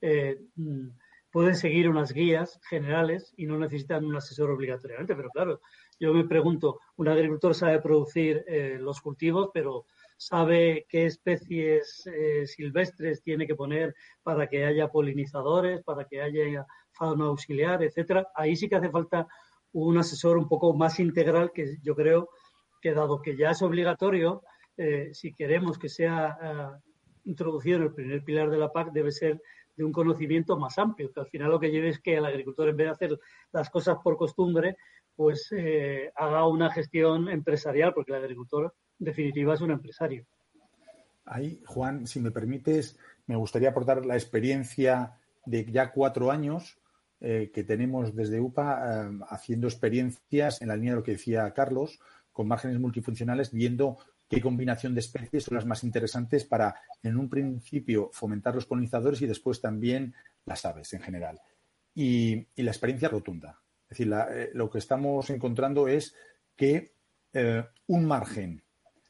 S8: pueden seguir unas guías generales y no necesitan un asesor obligatoriamente. Pero claro, yo me pregunto, un agricultor sabe producir los cultivos, pero sabe qué especies silvestres tiene que poner para que haya polinizadores, para que haya fauna auxiliar, etcétera. Ahí sí que hace falta un asesor un poco más integral, que yo creo que, dado que ya es obligatorio, si queremos que sea introducido en el primer pilar de la PAC, debe ser de un conocimiento más amplio, que al final lo que lleve es que el agricultor, en vez de hacer las cosas por costumbre, pues haga una gestión empresarial, porque el agricultor, en definitiva, es un empresario.
S10: Ahí, Juan, si me permites, me gustaría aportar la experiencia de ya 4 años que tenemos desde UPA haciendo experiencias en la línea de lo que decía Carlos, con márgenes multifuncionales, viendo qué combinación de especies son las más interesantes para, en un principio, fomentar los polinizadores y después también las aves en general. Y la experiencia rotunda. Es decir, lo que estamos encontrando es que un margen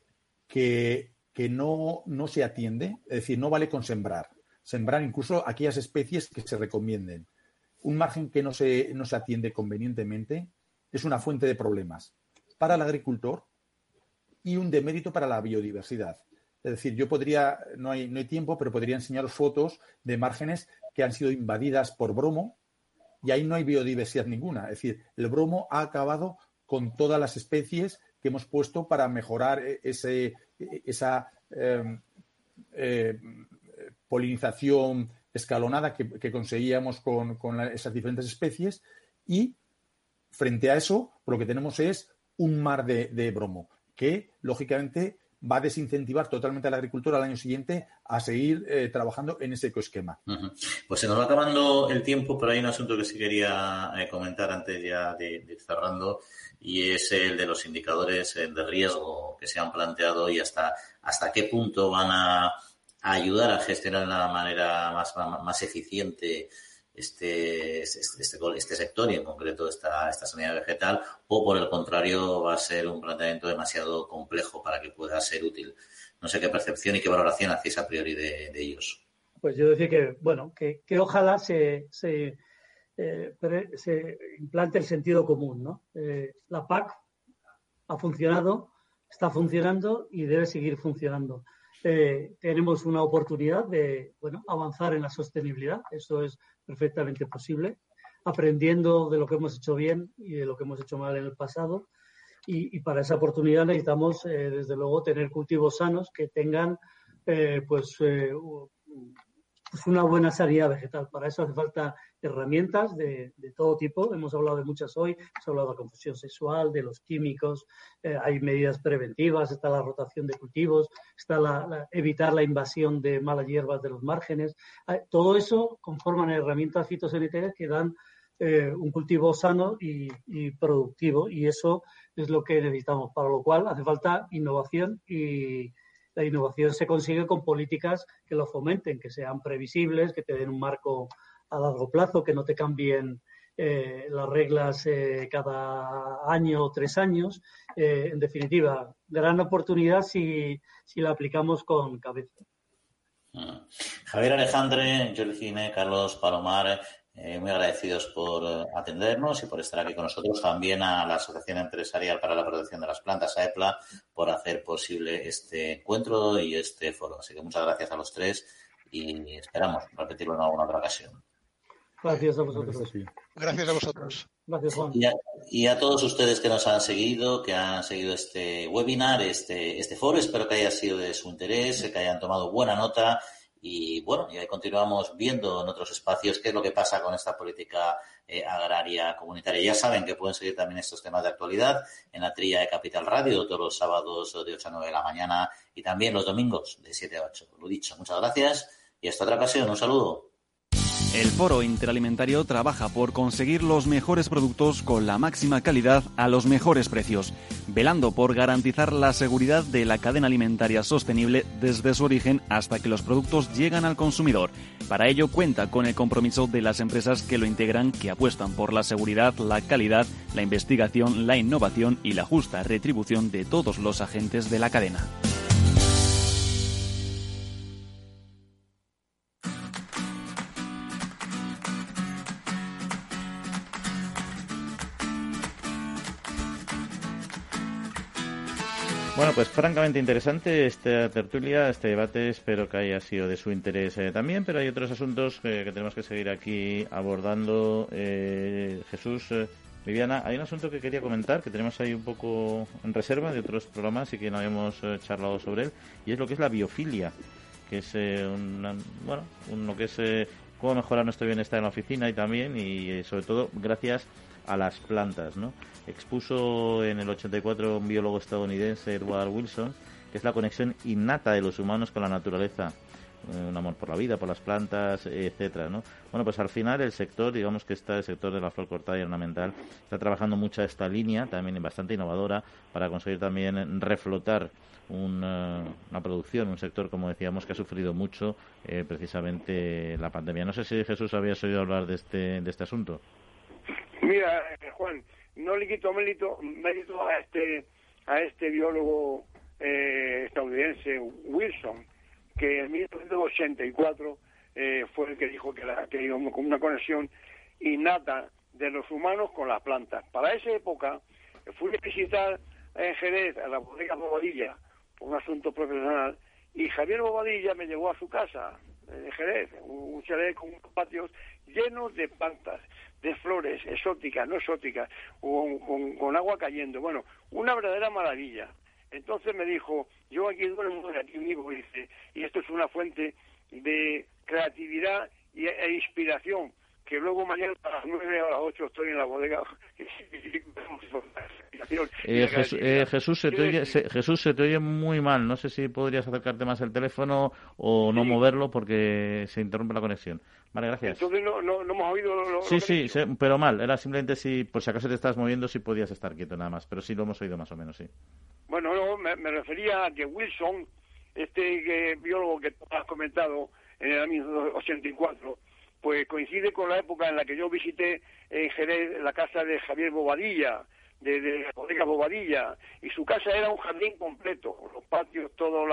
S10: que no se atiende, es decir, no vale con sembrar incluso aquellas especies que se recomienden. Un margen que no se atiende convenientemente es una fuente de problemas para el agricultor y un demérito para la biodiversidad. Es decir, yo no hay tiempo, pero podría enseñaros fotos de márgenes que han sido invadidas por bromo y ahí no hay biodiversidad ninguna. Es decir, el bromo ha acabado con todas las especies que hemos puesto para mejorar esa polinización escalonada que conseguíamos con esas diferentes especies, y frente a eso lo que tenemos es un mar de bromo que, lógicamente, va a desincentivar totalmente al agricultor al año siguiente a seguir trabajando en ese ecoesquema.
S7: Uh-huh. Pues se nos va acabando el tiempo, pero hay un asunto que sí quería comentar antes ya de ir cerrando, y es el de los indicadores de riesgo que se han planteado y hasta qué punto van a ayudar a gestionar de una manera más eficiente este sector y en concreto esta sanidad vegetal, o por el contrario va a ser un planteamiento demasiado complejo para que pueda ser útil. No sé qué percepción y qué valoración hacéis a priori de ellos.
S8: Pues yo decía que ojalá se implante el sentido común, ¿no? La PAC ha funcionado, está funcionando y debe seguir funcionando. tenemos una oportunidad de avanzar en la sostenibilidad. Eso es perfectamente posible, aprendiendo de lo que hemos hecho bien y de lo que hemos hecho mal en el pasado. Y para esa oportunidad necesitamos, desde luego, tener cultivos sanos que tengan una buena sanidad vegetal. Para eso hace falta herramientas de todo tipo. Hemos hablado de muchas hoy. Hemos hablado de la confusión sexual, de los químicos. Hay medidas preventivas. Está la rotación de cultivos. Está evitar la invasión de malas hierbas de los márgenes. Todo eso conforman herramientas fitosanitarias que dan un cultivo sano y productivo. Y eso es lo que necesitamos. Para lo cual hace falta innovación, y la innovación se consigue con políticas que lo fomenten, que sean previsibles, que te den un marco a largo plazo, que no te cambien las reglas cada año o 3 años. En definitiva, gran oportunidad si la aplicamos con cabeza.
S7: Javier Alejandre, Jordi Gine, Carlos Palomar, muy agradecidos por atendernos y por estar aquí con nosotros. También a la Asociación Empresarial para la Protección de las Plantas, AEPLA, por hacer posible este encuentro y este foro. Así que muchas gracias a los tres y esperamos repetirlo en alguna otra ocasión.
S8: Gracias a vosotros.
S9: Gracias a vosotros.
S8: Gracias, Juan.
S7: Y a todos ustedes que nos han seguido, que han seguido este webinar, este foro. Espero que haya sido de su interés, que hayan tomado buena nota. Y bueno, y ahí continuamos viendo en otros espacios qué es lo que pasa con esta política agraria comunitaria. Ya saben que pueden seguir también estos temas de actualidad en la trilla de Capital Radio todos los sábados de 8 a 9 de la mañana y también los domingos de 7 a 8. Lo dicho, muchas gracias y hasta otra ocasión. Un saludo.
S11: El Foro Interalimentario trabaja por conseguir los mejores productos con la máxima calidad a los mejores precios, velando por garantizar la seguridad de la cadena alimentaria sostenible desde su origen hasta que los productos llegan al consumidor. Para ello cuenta con el compromiso de las empresas que lo integran, que apuestan por la seguridad, la calidad, la investigación, la innovación y la justa retribución de todos los agentes de la cadena.
S2: Bueno, pues francamente interesante esta tertulia, este debate. Espero que haya sido de su interés también, pero hay otros asuntos que tenemos que seguir aquí abordando. Jesús, Viviana, hay un asunto que quería comentar, que tenemos ahí un poco en reserva de otros programas y que no habíamos charlado sobre él, y es lo que es la biofilia, que es lo que es cómo mejorar nuestro bienestar en la oficina y también, y sobre todo, gracias a las plantas, ¿no? Expuso en el 84 un biólogo estadounidense, Edward Wilson, que es la conexión innata de los humanos con la naturaleza, un amor por la vida, por las plantas, etcétera, ¿no? Bueno, pues al final el sector, digamos que el sector de la flor cortada y ornamental, está trabajando mucho esta línea, también bastante innovadora, para conseguir también reflotar una producción, un sector, como decíamos, que ha sufrido mucho precisamente la pandemia. No sé si, Jesús, habías oído hablar de este asunto.
S4: Mira, Juan, no le quito mérito a este biólogo estadounidense, Wilson, que en 1984 fue el que dijo que íbamos con una conexión innata de los humanos con las plantas. Para esa época fui a visitar en Jerez a la bodega Bobadilla por un asunto profesional, y Javier Bobadilla me llevó a su casa en Jerez, un chalet con unos patios llenos de plantas, de flores exóticas, no exóticas, con agua cayendo. Bueno, una verdadera maravilla. Entonces me dijo, yo aquí duermo, aquí vivo, dice, y esto es una fuente de creatividad e inspiración, que luego mañana a las 9 o a las 8 estoy en la bodega.
S2: Jesús, se te oye muy mal. No sé si podrías acercarte más al teléfono o no moverlo porque se interrumpe la conexión. Vale, gracias.
S4: Entonces no hemos oído
S2: Sí, pero mal. Era simplemente si, por si acaso te estás moviendo, si podías estar quieto nada más. Pero sí lo hemos oído más o menos, sí.
S4: Bueno, no, me refería a que Wilson, biólogo que tú has comentado en el año 84, pues coincide con la época en la que yo visité en Jerez la casa de Javier Bobadilla, de la bodega Bobadilla, y su casa era un jardín completo, los patios, todos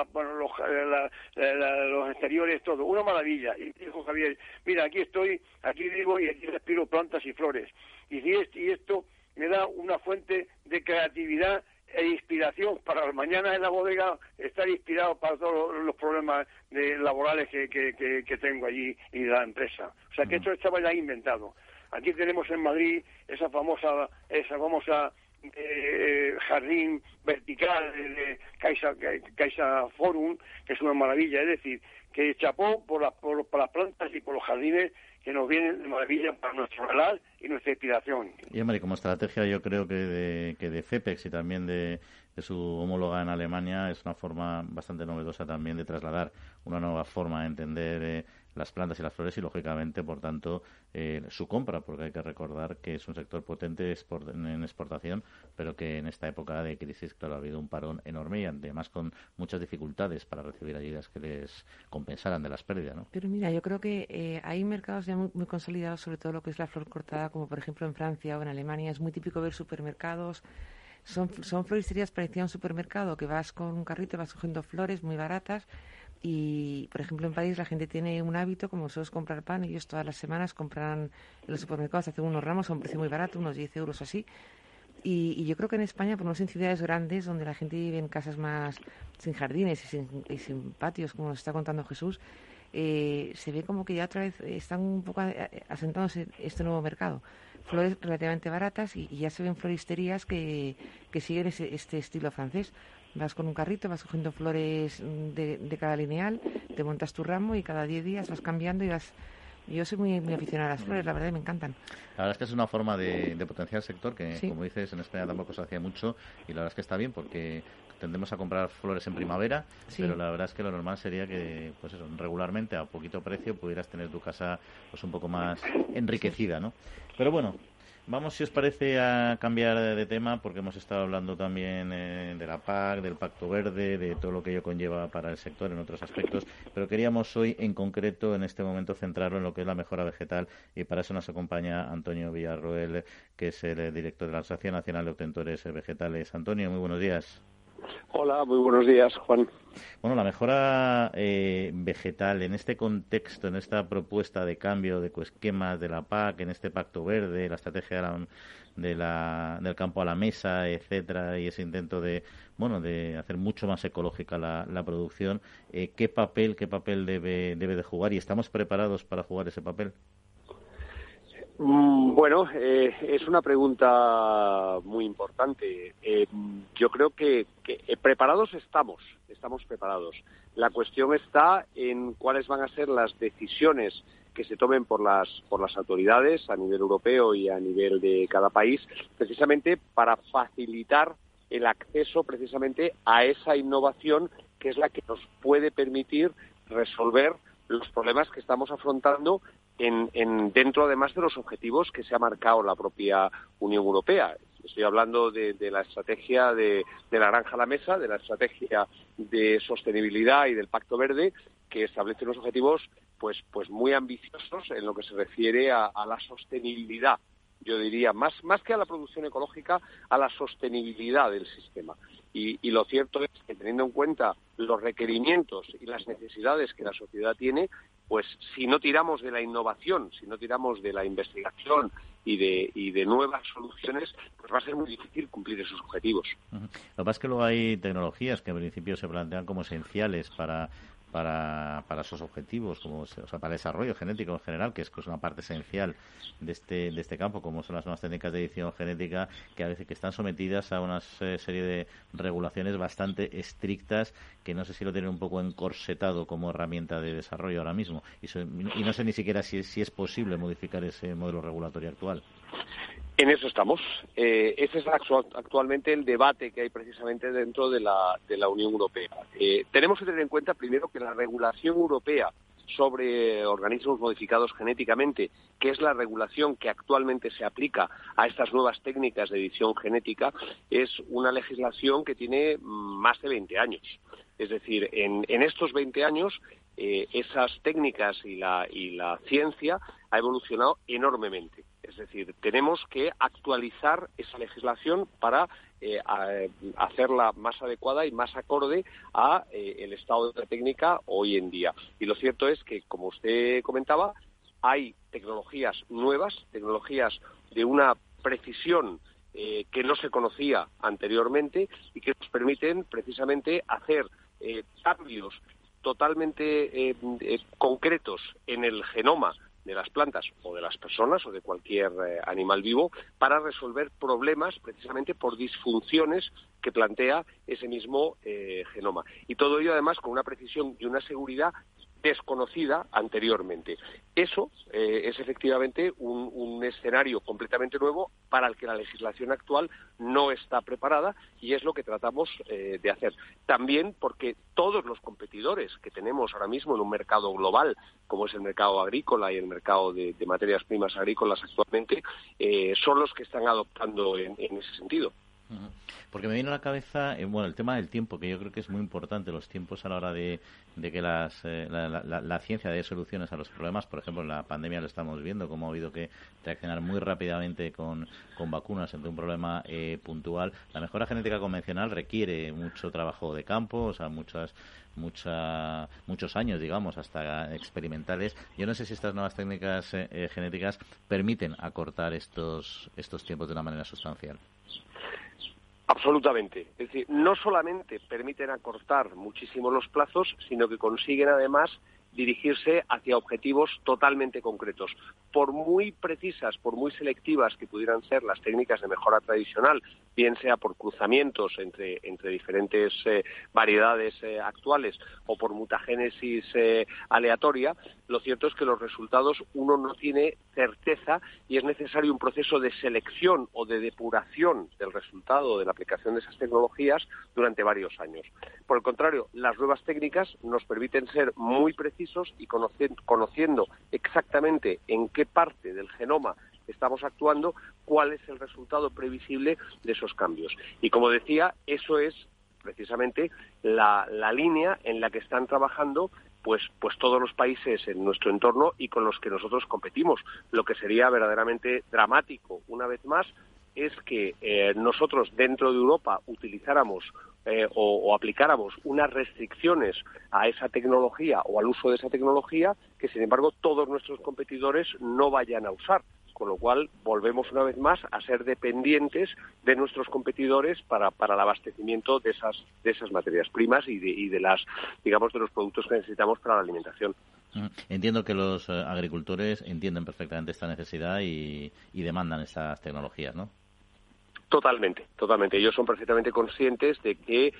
S4: los exteriores, todo, una maravilla. Y dijo Javier, mira, aquí estoy, aquí vivo y aquí respiro plantas y flores. Y esto me da una fuente de creatividad inspiración para las mañanas en la bodega, estar inspirado para todos los problemas laborales que tengo allí y de la empresa. O sea que esto estaba ya inventado. Aquí tenemos en Madrid esa famosa jardín vertical de Caixa Forum, que es una maravilla. Es decir, que chapó por las plantas y por los jardines que nos vienen de maravilla para nuestro relax y nuestra inspiración.
S2: Y hombre, como estrategia yo creo que de FEPEX y también de su homóloga en Alemania es una forma bastante novedosa también de trasladar una nueva forma de entender las plantas y las flores y, lógicamente, por tanto, su compra, porque hay que recordar que es un sector potente en exportación, pero que en esta época de crisis, claro, ha habido un parón enorme y además con muchas dificultades para recibir ayudas que les compensaran de las pérdidas, ¿no?
S3: Pero mira, yo creo que hay mercados ya muy consolidados, sobre todo lo que es la flor cortada, como por ejemplo en Francia o en Alemania. Es muy típico ver supermercados. Son floristerías parecidas a un supermercado, que vas con un carrito, vas cogiendo flores muy baratas. Y, por ejemplo, en París la gente tiene un hábito, como nosotros, comprar pan. Ellos todas las semanas compran en los supermercados, hacen unos ramos a un precio muy barato, unos 10 euros así. Y yo creo que en España, por lo menos en ciudades grandes, donde la gente vive en casas más sin jardines y sin patios, como nos está contando Jesús, se ve como que ya otra vez están un poco asentándose este nuevo mercado. Flores relativamente baratas y ya se ven floristerías que siguen este estilo francés. Vas con un carrito, vas cogiendo flores de cada lineal, te montas tu ramo y cada 10 días vas cambiando y vas... Yo soy muy aficionada a las flores, la verdad, me encantan.
S2: La verdad es que es una forma de potenciar el sector que, sí, como dices, en España tampoco se hacía mucho y la verdad es que está bien porque tendemos a comprar flores en primavera, sí, pero la verdad es que lo normal sería que, pues eso, regularmente a poquito precio pudieras tener tu casa pues un poco más enriquecida, ¿no? Pero bueno, vamos, si os parece, a cambiar de tema, porque hemos estado hablando también de la PAC, del Pacto Verde, de todo lo que ello conlleva para el sector en otros aspectos, pero queríamos hoy, en concreto, en este momento, centrarlo en lo que es la mejora vegetal, y para eso nos acompaña Antonio Villarroel, que es el director de la Asociación Nacional de Obtentores Vegetales. Antonio, muy buenos días.
S12: Hola, muy buenos días, Juan.
S2: Bueno, la mejora vegetal en este contexto, en esta propuesta de cambio de esquemas de la PAC, en este Pacto Verde, la estrategia del campo a la mesa, etcétera, y ese intento de hacer mucho más ecológica la producción, ¿qué papel debe de jugar? ¿Y estamos preparados para jugar ese papel?
S12: Bueno, es una pregunta muy importante. Yo creo que preparados estamos preparados. La cuestión está en cuáles van a ser las decisiones que se tomen por las autoridades a nivel europeo y a nivel de cada país, precisamente para facilitar el acceso precisamente a esa innovación que es la que nos puede permitir resolver los problemas que estamos afrontando dentro, además, de los objetivos que se ha marcado la propia Unión Europea. Estoy hablando de la estrategia de la granja a la mesa, de la estrategia de sostenibilidad y del Pacto Verde, que establece unos objetivos pues muy ambiciosos en lo que se refiere a la sostenibilidad. Yo diría, más que a la producción ecológica, a la sostenibilidad del sistema. Y lo cierto es que, teniendo en cuenta los requerimientos y las necesidades que la sociedad tiene, pues si no tiramos de la innovación, si no tiramos de la investigación y de nuevas soluciones, pues va a ser muy difícil cumplir esos objetivos.
S2: Lo que pasa es que luego hay tecnologías que en principio se plantean como esenciales para esos objetivos, para el desarrollo genético en general, que es una parte esencial de este campo, como son las nuevas técnicas de edición genética, que a veces que están sometidas a una serie de regulaciones bastante estrictas, que no sé si lo tienen un poco encorsetado como herramienta de desarrollo ahora mismo, y no sé ni siquiera si es posible modificar ese modelo regulatorio actual.
S12: En eso estamos. Ese es actualmente el debate que hay precisamente dentro de la Unión Europea. Tenemos que tener en cuenta primero que la regulación europea sobre organismos modificados genéticamente, que es la regulación que actualmente se aplica a estas nuevas técnicas de edición genética, es una legislación que tiene más de 20 años. Es decir, en estos 20 años esas técnicas y la ciencia ha evolucionado enormemente. Es decir, tenemos que actualizar esa legislación para hacerla más adecuada y más acorde a el estado de la técnica hoy en día. Y lo cierto es que, como usted comentaba, hay tecnologías nuevas, tecnologías de una precisión que no se conocía anteriormente y que nos permiten precisamente hacer cambios totalmente concretos en el genoma de las plantas o de las personas o de cualquier animal vivo para resolver problemas precisamente por disfunciones que plantea ese mismo genoma. Y todo ello además con una precisión y una seguridad desconocida anteriormente. Eso es efectivamente un escenario completamente nuevo para el que la legislación actual no está preparada y es lo que tratamos de hacer. También porque todos los competidores que tenemos ahora mismo en un mercado global, como es el mercado agrícola y el mercado de materias primas agrícolas actualmente, son los que están adoptando en ese sentido.
S2: Porque me viene a la cabeza, el tema del tiempo, que yo creo que es muy importante, los tiempos a la hora de que la ciencia dé soluciones a los problemas. Por ejemplo, en la pandemia lo estamos viendo, como ha habido que reaccionar muy rápidamente con vacunas ante un problema puntual. La mejora genética convencional requiere mucho trabajo de campo, o sea, muchos años, digamos, hasta experimentales. Yo no sé si estas nuevas técnicas genéticas permiten acortar estos tiempos de una manera sustancial.
S12: Absolutamente. Es decir, no solamente permiten acortar muchísimo los plazos, sino que consiguen además dirigirse hacia objetivos totalmente concretos. Por muy precisas, por muy selectivas que pudieran ser las técnicas de mejora tradicional, bien sea por cruzamientos entre diferentes variedades actuales o por mutagénesis aleatoria, lo cierto es que los resultados uno no tiene certeza y es necesario un proceso de selección o de depuración del resultado de la aplicación de esas tecnologías durante varios años. Por el contrario, las nuevas técnicas nos permiten ser muy precisos y conociendo exactamente en qué parte del genoma estamos actuando, cuál es el resultado previsible de esos cambios. Y como decía, eso es precisamente la línea en la que están trabajando pues todos los países en nuestro entorno y con los que nosotros competimos. Lo que sería verdaderamente dramático, una vez más, es que nosotros dentro de Europa utilizáramos o aplicáramos unas restricciones a esa tecnología o al uso de esa tecnología que, sin embargo, todos nuestros competidores no vayan a usar. Con lo cual, volvemos una vez más a ser dependientes de nuestros competidores para el abastecimiento de esas materias primas y de las, digamos, de los productos que necesitamos para la alimentación.
S2: Entiendo que los agricultores entienden perfectamente esta necesidad y demandan estas tecnologías, ¿no?
S12: Totalmente. Ellos son perfectamente conscientes de que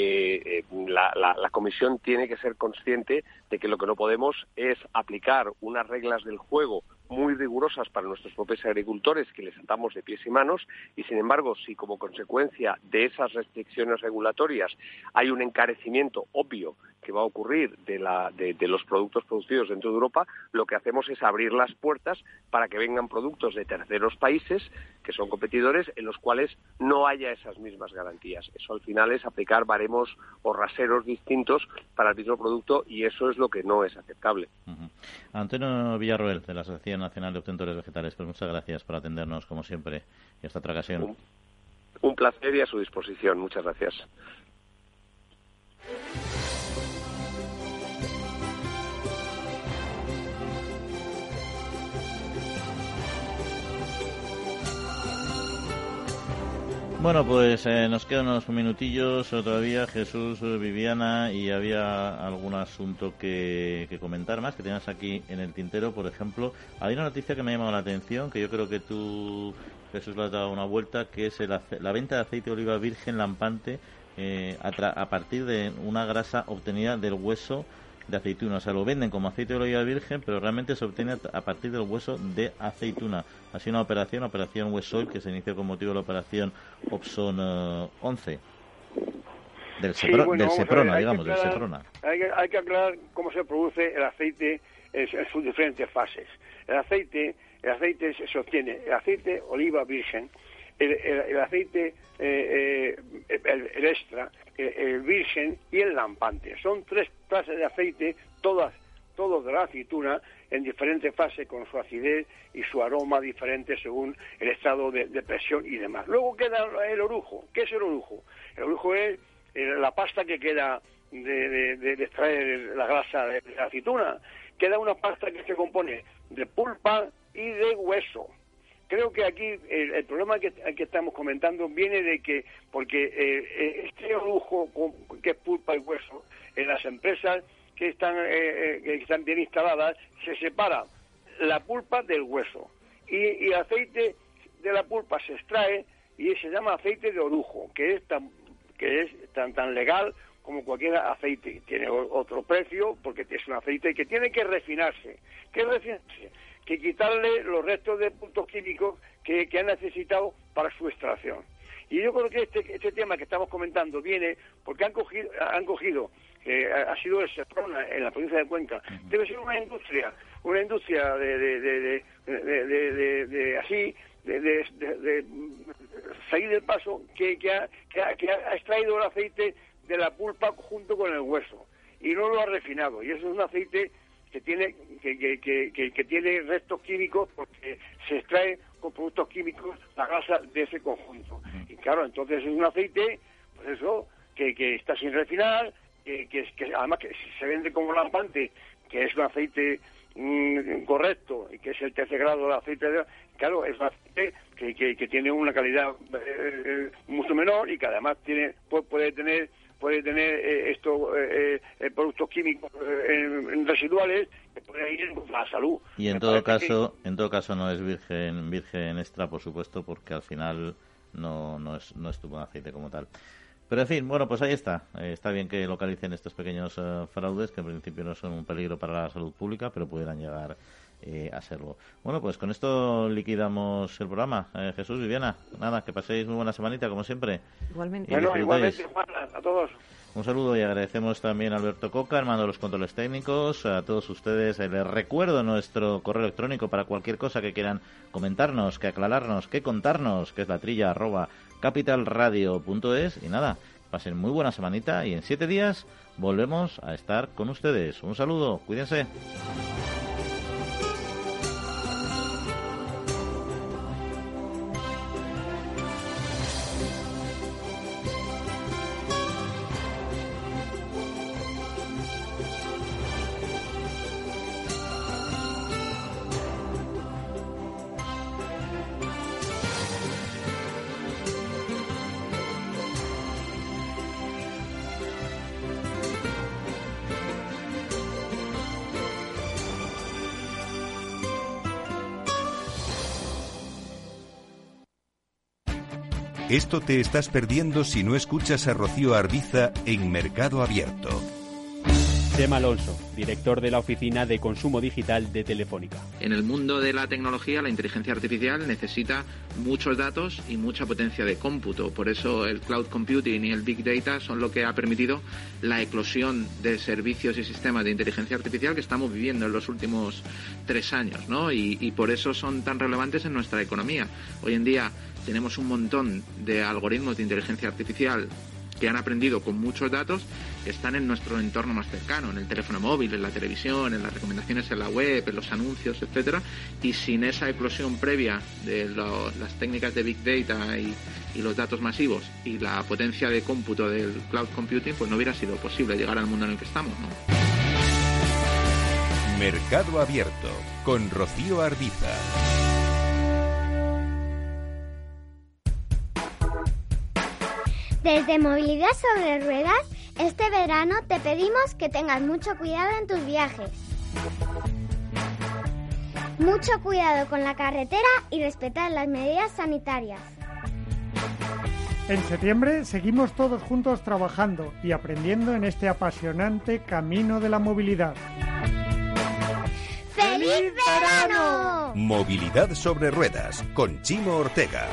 S12: la Comisión tiene que ser consciente de que lo que no podemos es aplicar unas reglas del juego muy rigurosas para nuestros propios agricultores que les atamos de pies y manos y, sin embargo, si como consecuencia de esas restricciones regulatorias hay un encarecimiento obvio que va a ocurrir de los productos producidos dentro de Europa, lo que hacemos es abrir las puertas para que vengan productos de terceros países que son competidores en los cuales no haya esas mismas garantías. Eso al final es aplicar baremos o raseros distintos para el mismo producto y eso es lo que no es aceptable.
S2: Antonio Villarroel, de la Asociación Nacional de Obtentores Vegetales, pues muchas gracias por atendernos como siempre y hasta otra ocasión.
S12: Un placer y a su disposición. Muchas gracias.
S2: Bueno, pues nos quedan unos minutillos todavía, Jesús, Viviana, y había algún asunto que comentar más, que tenías aquí en el tintero. Por ejemplo, hay una noticia que me ha llamado la atención, que yo creo que tú, Jesús, le has dado una vuelta, que es la venta de aceite de oliva virgen lampante a partir de una grasa obtenida del hueso de aceituna. O sea, lo venden como aceite de oliva virgen, pero realmente se obtiene a partir del hueso de aceituna. Ha sido una operación West que se inició con motivo de la operación Opson 11 del Seprona, digamos, del Seprona.
S4: Hay que aclarar cómo se produce el aceite en sus diferentes fases. El aceite se obtiene el aceite oliva virgen, el aceite el extra, el virgen y el lampante. Son 3 clases de aceite, todos de la aceituna, en diferentes fases, con su acidez y su aroma diferente según el estado de presión y demás. Luego queda el orujo. ¿Qué es el orujo? El orujo es la pasta que queda de extraer la grasa de la aceituna. Queda una pasta que se compone de pulpa y de hueso. creo que aquí el problema que estamos comentando viene de que, porque este orujo que es pulpa y hueso, en las empresas que están bien instaladas, se separa la pulpa del hueso y el aceite de la pulpa se extrae y se llama aceite de orujo, que es tan legal como cualquier aceite. Tiene otro precio porque es un aceite que tiene que refinarse. ¿Qué refinarse? Que quitarle los restos de puntos químicos que han necesitado para su extracción. Y yo creo que este tema que estamos comentando viene porque han cogido ha sido el Seprona en la provincia de Cuenca. Debe ser una industria de salir del paso que ha extraído el aceite de la pulpa junto con el hueso y no lo ha refinado, y eso es un aceite que tiene restos químicos porque se extrae con productos químicos la grasa de ese conjunto. Y claro, entonces es un aceite, pues eso, que está sin refinar, que además que se vende como lampante, que es un aceite correcto y que es el tercer grado del aceite, claro, es un aceite que tiene una calidad mucho menor y que además puede tener productos químicos residuales que pueden ir a la salud.
S2: Y en todo caso no es virgen extra, por supuesto, porque al final no es tu buen aceite como tal. Pero en fin, bueno, pues ahí está. Está bien que localicen estos pequeños fraudes, que en principio no son un peligro para la salud pública, pero pudieran llegar a serlo. Bueno, pues con esto liquidamos el programa. Jesús, Viviana, nada, que paséis muy buena semanita, como siempre.
S3: Igualmente.
S4: Bueno, igualmente, Juan, a todos.
S2: Un saludo y agradecemos también a Alberto Coca, el mando de los controles técnicos, a todos ustedes. Les recuerdo nuestro correo electrónico para cualquier cosa que quieran comentarnos, que aclararnos, que contarnos, que es latrilla@capitalradio.es. Y nada, pasen muy buena semanita y en 7 días volvemos a estar con ustedes. Un saludo, cuídense.
S1: Esto te estás perdiendo si no escuchas a Rocío Arbiza en Mercado Abierto.
S13: Chema Alonso, director de la Oficina de Consumo Digital de Telefónica.
S14: En el mundo de la tecnología, la inteligencia artificial necesita muchos datos y mucha potencia de cómputo. Por eso el cloud computing y el big data son lo que ha permitido la eclosión de servicios y sistemas de inteligencia artificial que estamos viviendo en los últimos 3 años, ¿no? Y por eso son tan relevantes en nuestra economía. Hoy en día tenemos un montón de algoritmos de inteligencia artificial que han aprendido con muchos datos que están en nuestro entorno más cercano, en el teléfono móvil, en la televisión, en las recomendaciones en la web, en los anuncios, etcétera. Y sin esa eclosión previa de las técnicas de Big Data y los datos masivos y la potencia de cómputo del cloud computing, pues no hubiera sido posible llegar al mundo en el que estamos, ¿no?
S1: Mercado Abierto, con Rocío Arbiza.
S15: Desde Movilidad sobre Ruedas, este verano te pedimos que tengas mucho cuidado en tus viajes. Mucho cuidado con la carretera y respetar las medidas sanitarias.
S16: En septiembre seguimos todos juntos trabajando y aprendiendo en este apasionante camino de la movilidad.
S15: ¡Feliz verano!
S1: Movilidad sobre Ruedas, con Chimo Ortega.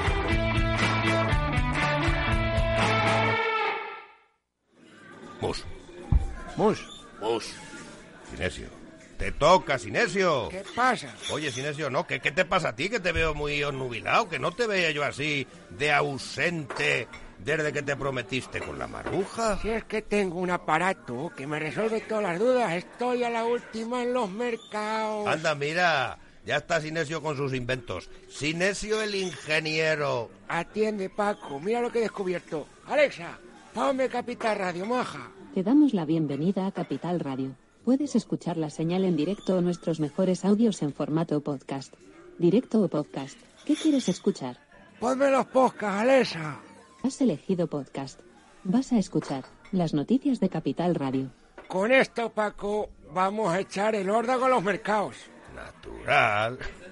S1: Mus. Sinesio. ¡Te toca, Sinesio!
S17: ¿Qué pasa?
S1: Oye, Sinesio, ¿no? ¿Qué te pasa a ti? Que te veo muy onnubilado, que no te veía yo así de ausente desde que te prometiste con la Maruja.
S17: Si es que tengo un aparato que me resuelve todas las dudas. Estoy a la última en los mercados.
S1: Anda, mira, ya está Sinesio con sus inventos. Sinesio el ingeniero.
S17: Atiende, Paco, mira lo que he descubierto. Alexa, ponme Capital Radio, maja.
S18: Te damos la bienvenida a Capital Radio. Puedes escuchar la señal en directo o nuestros mejores audios en formato podcast. directo o podcast. ¿Qué quieres escuchar?
S17: Ponme los podcasts, Alexa.
S18: Has elegido podcast. Vas a escuchar las noticias de Capital Radio.
S17: Con esto, Paco, vamos a echar el órdago a los mercados.
S1: Natural.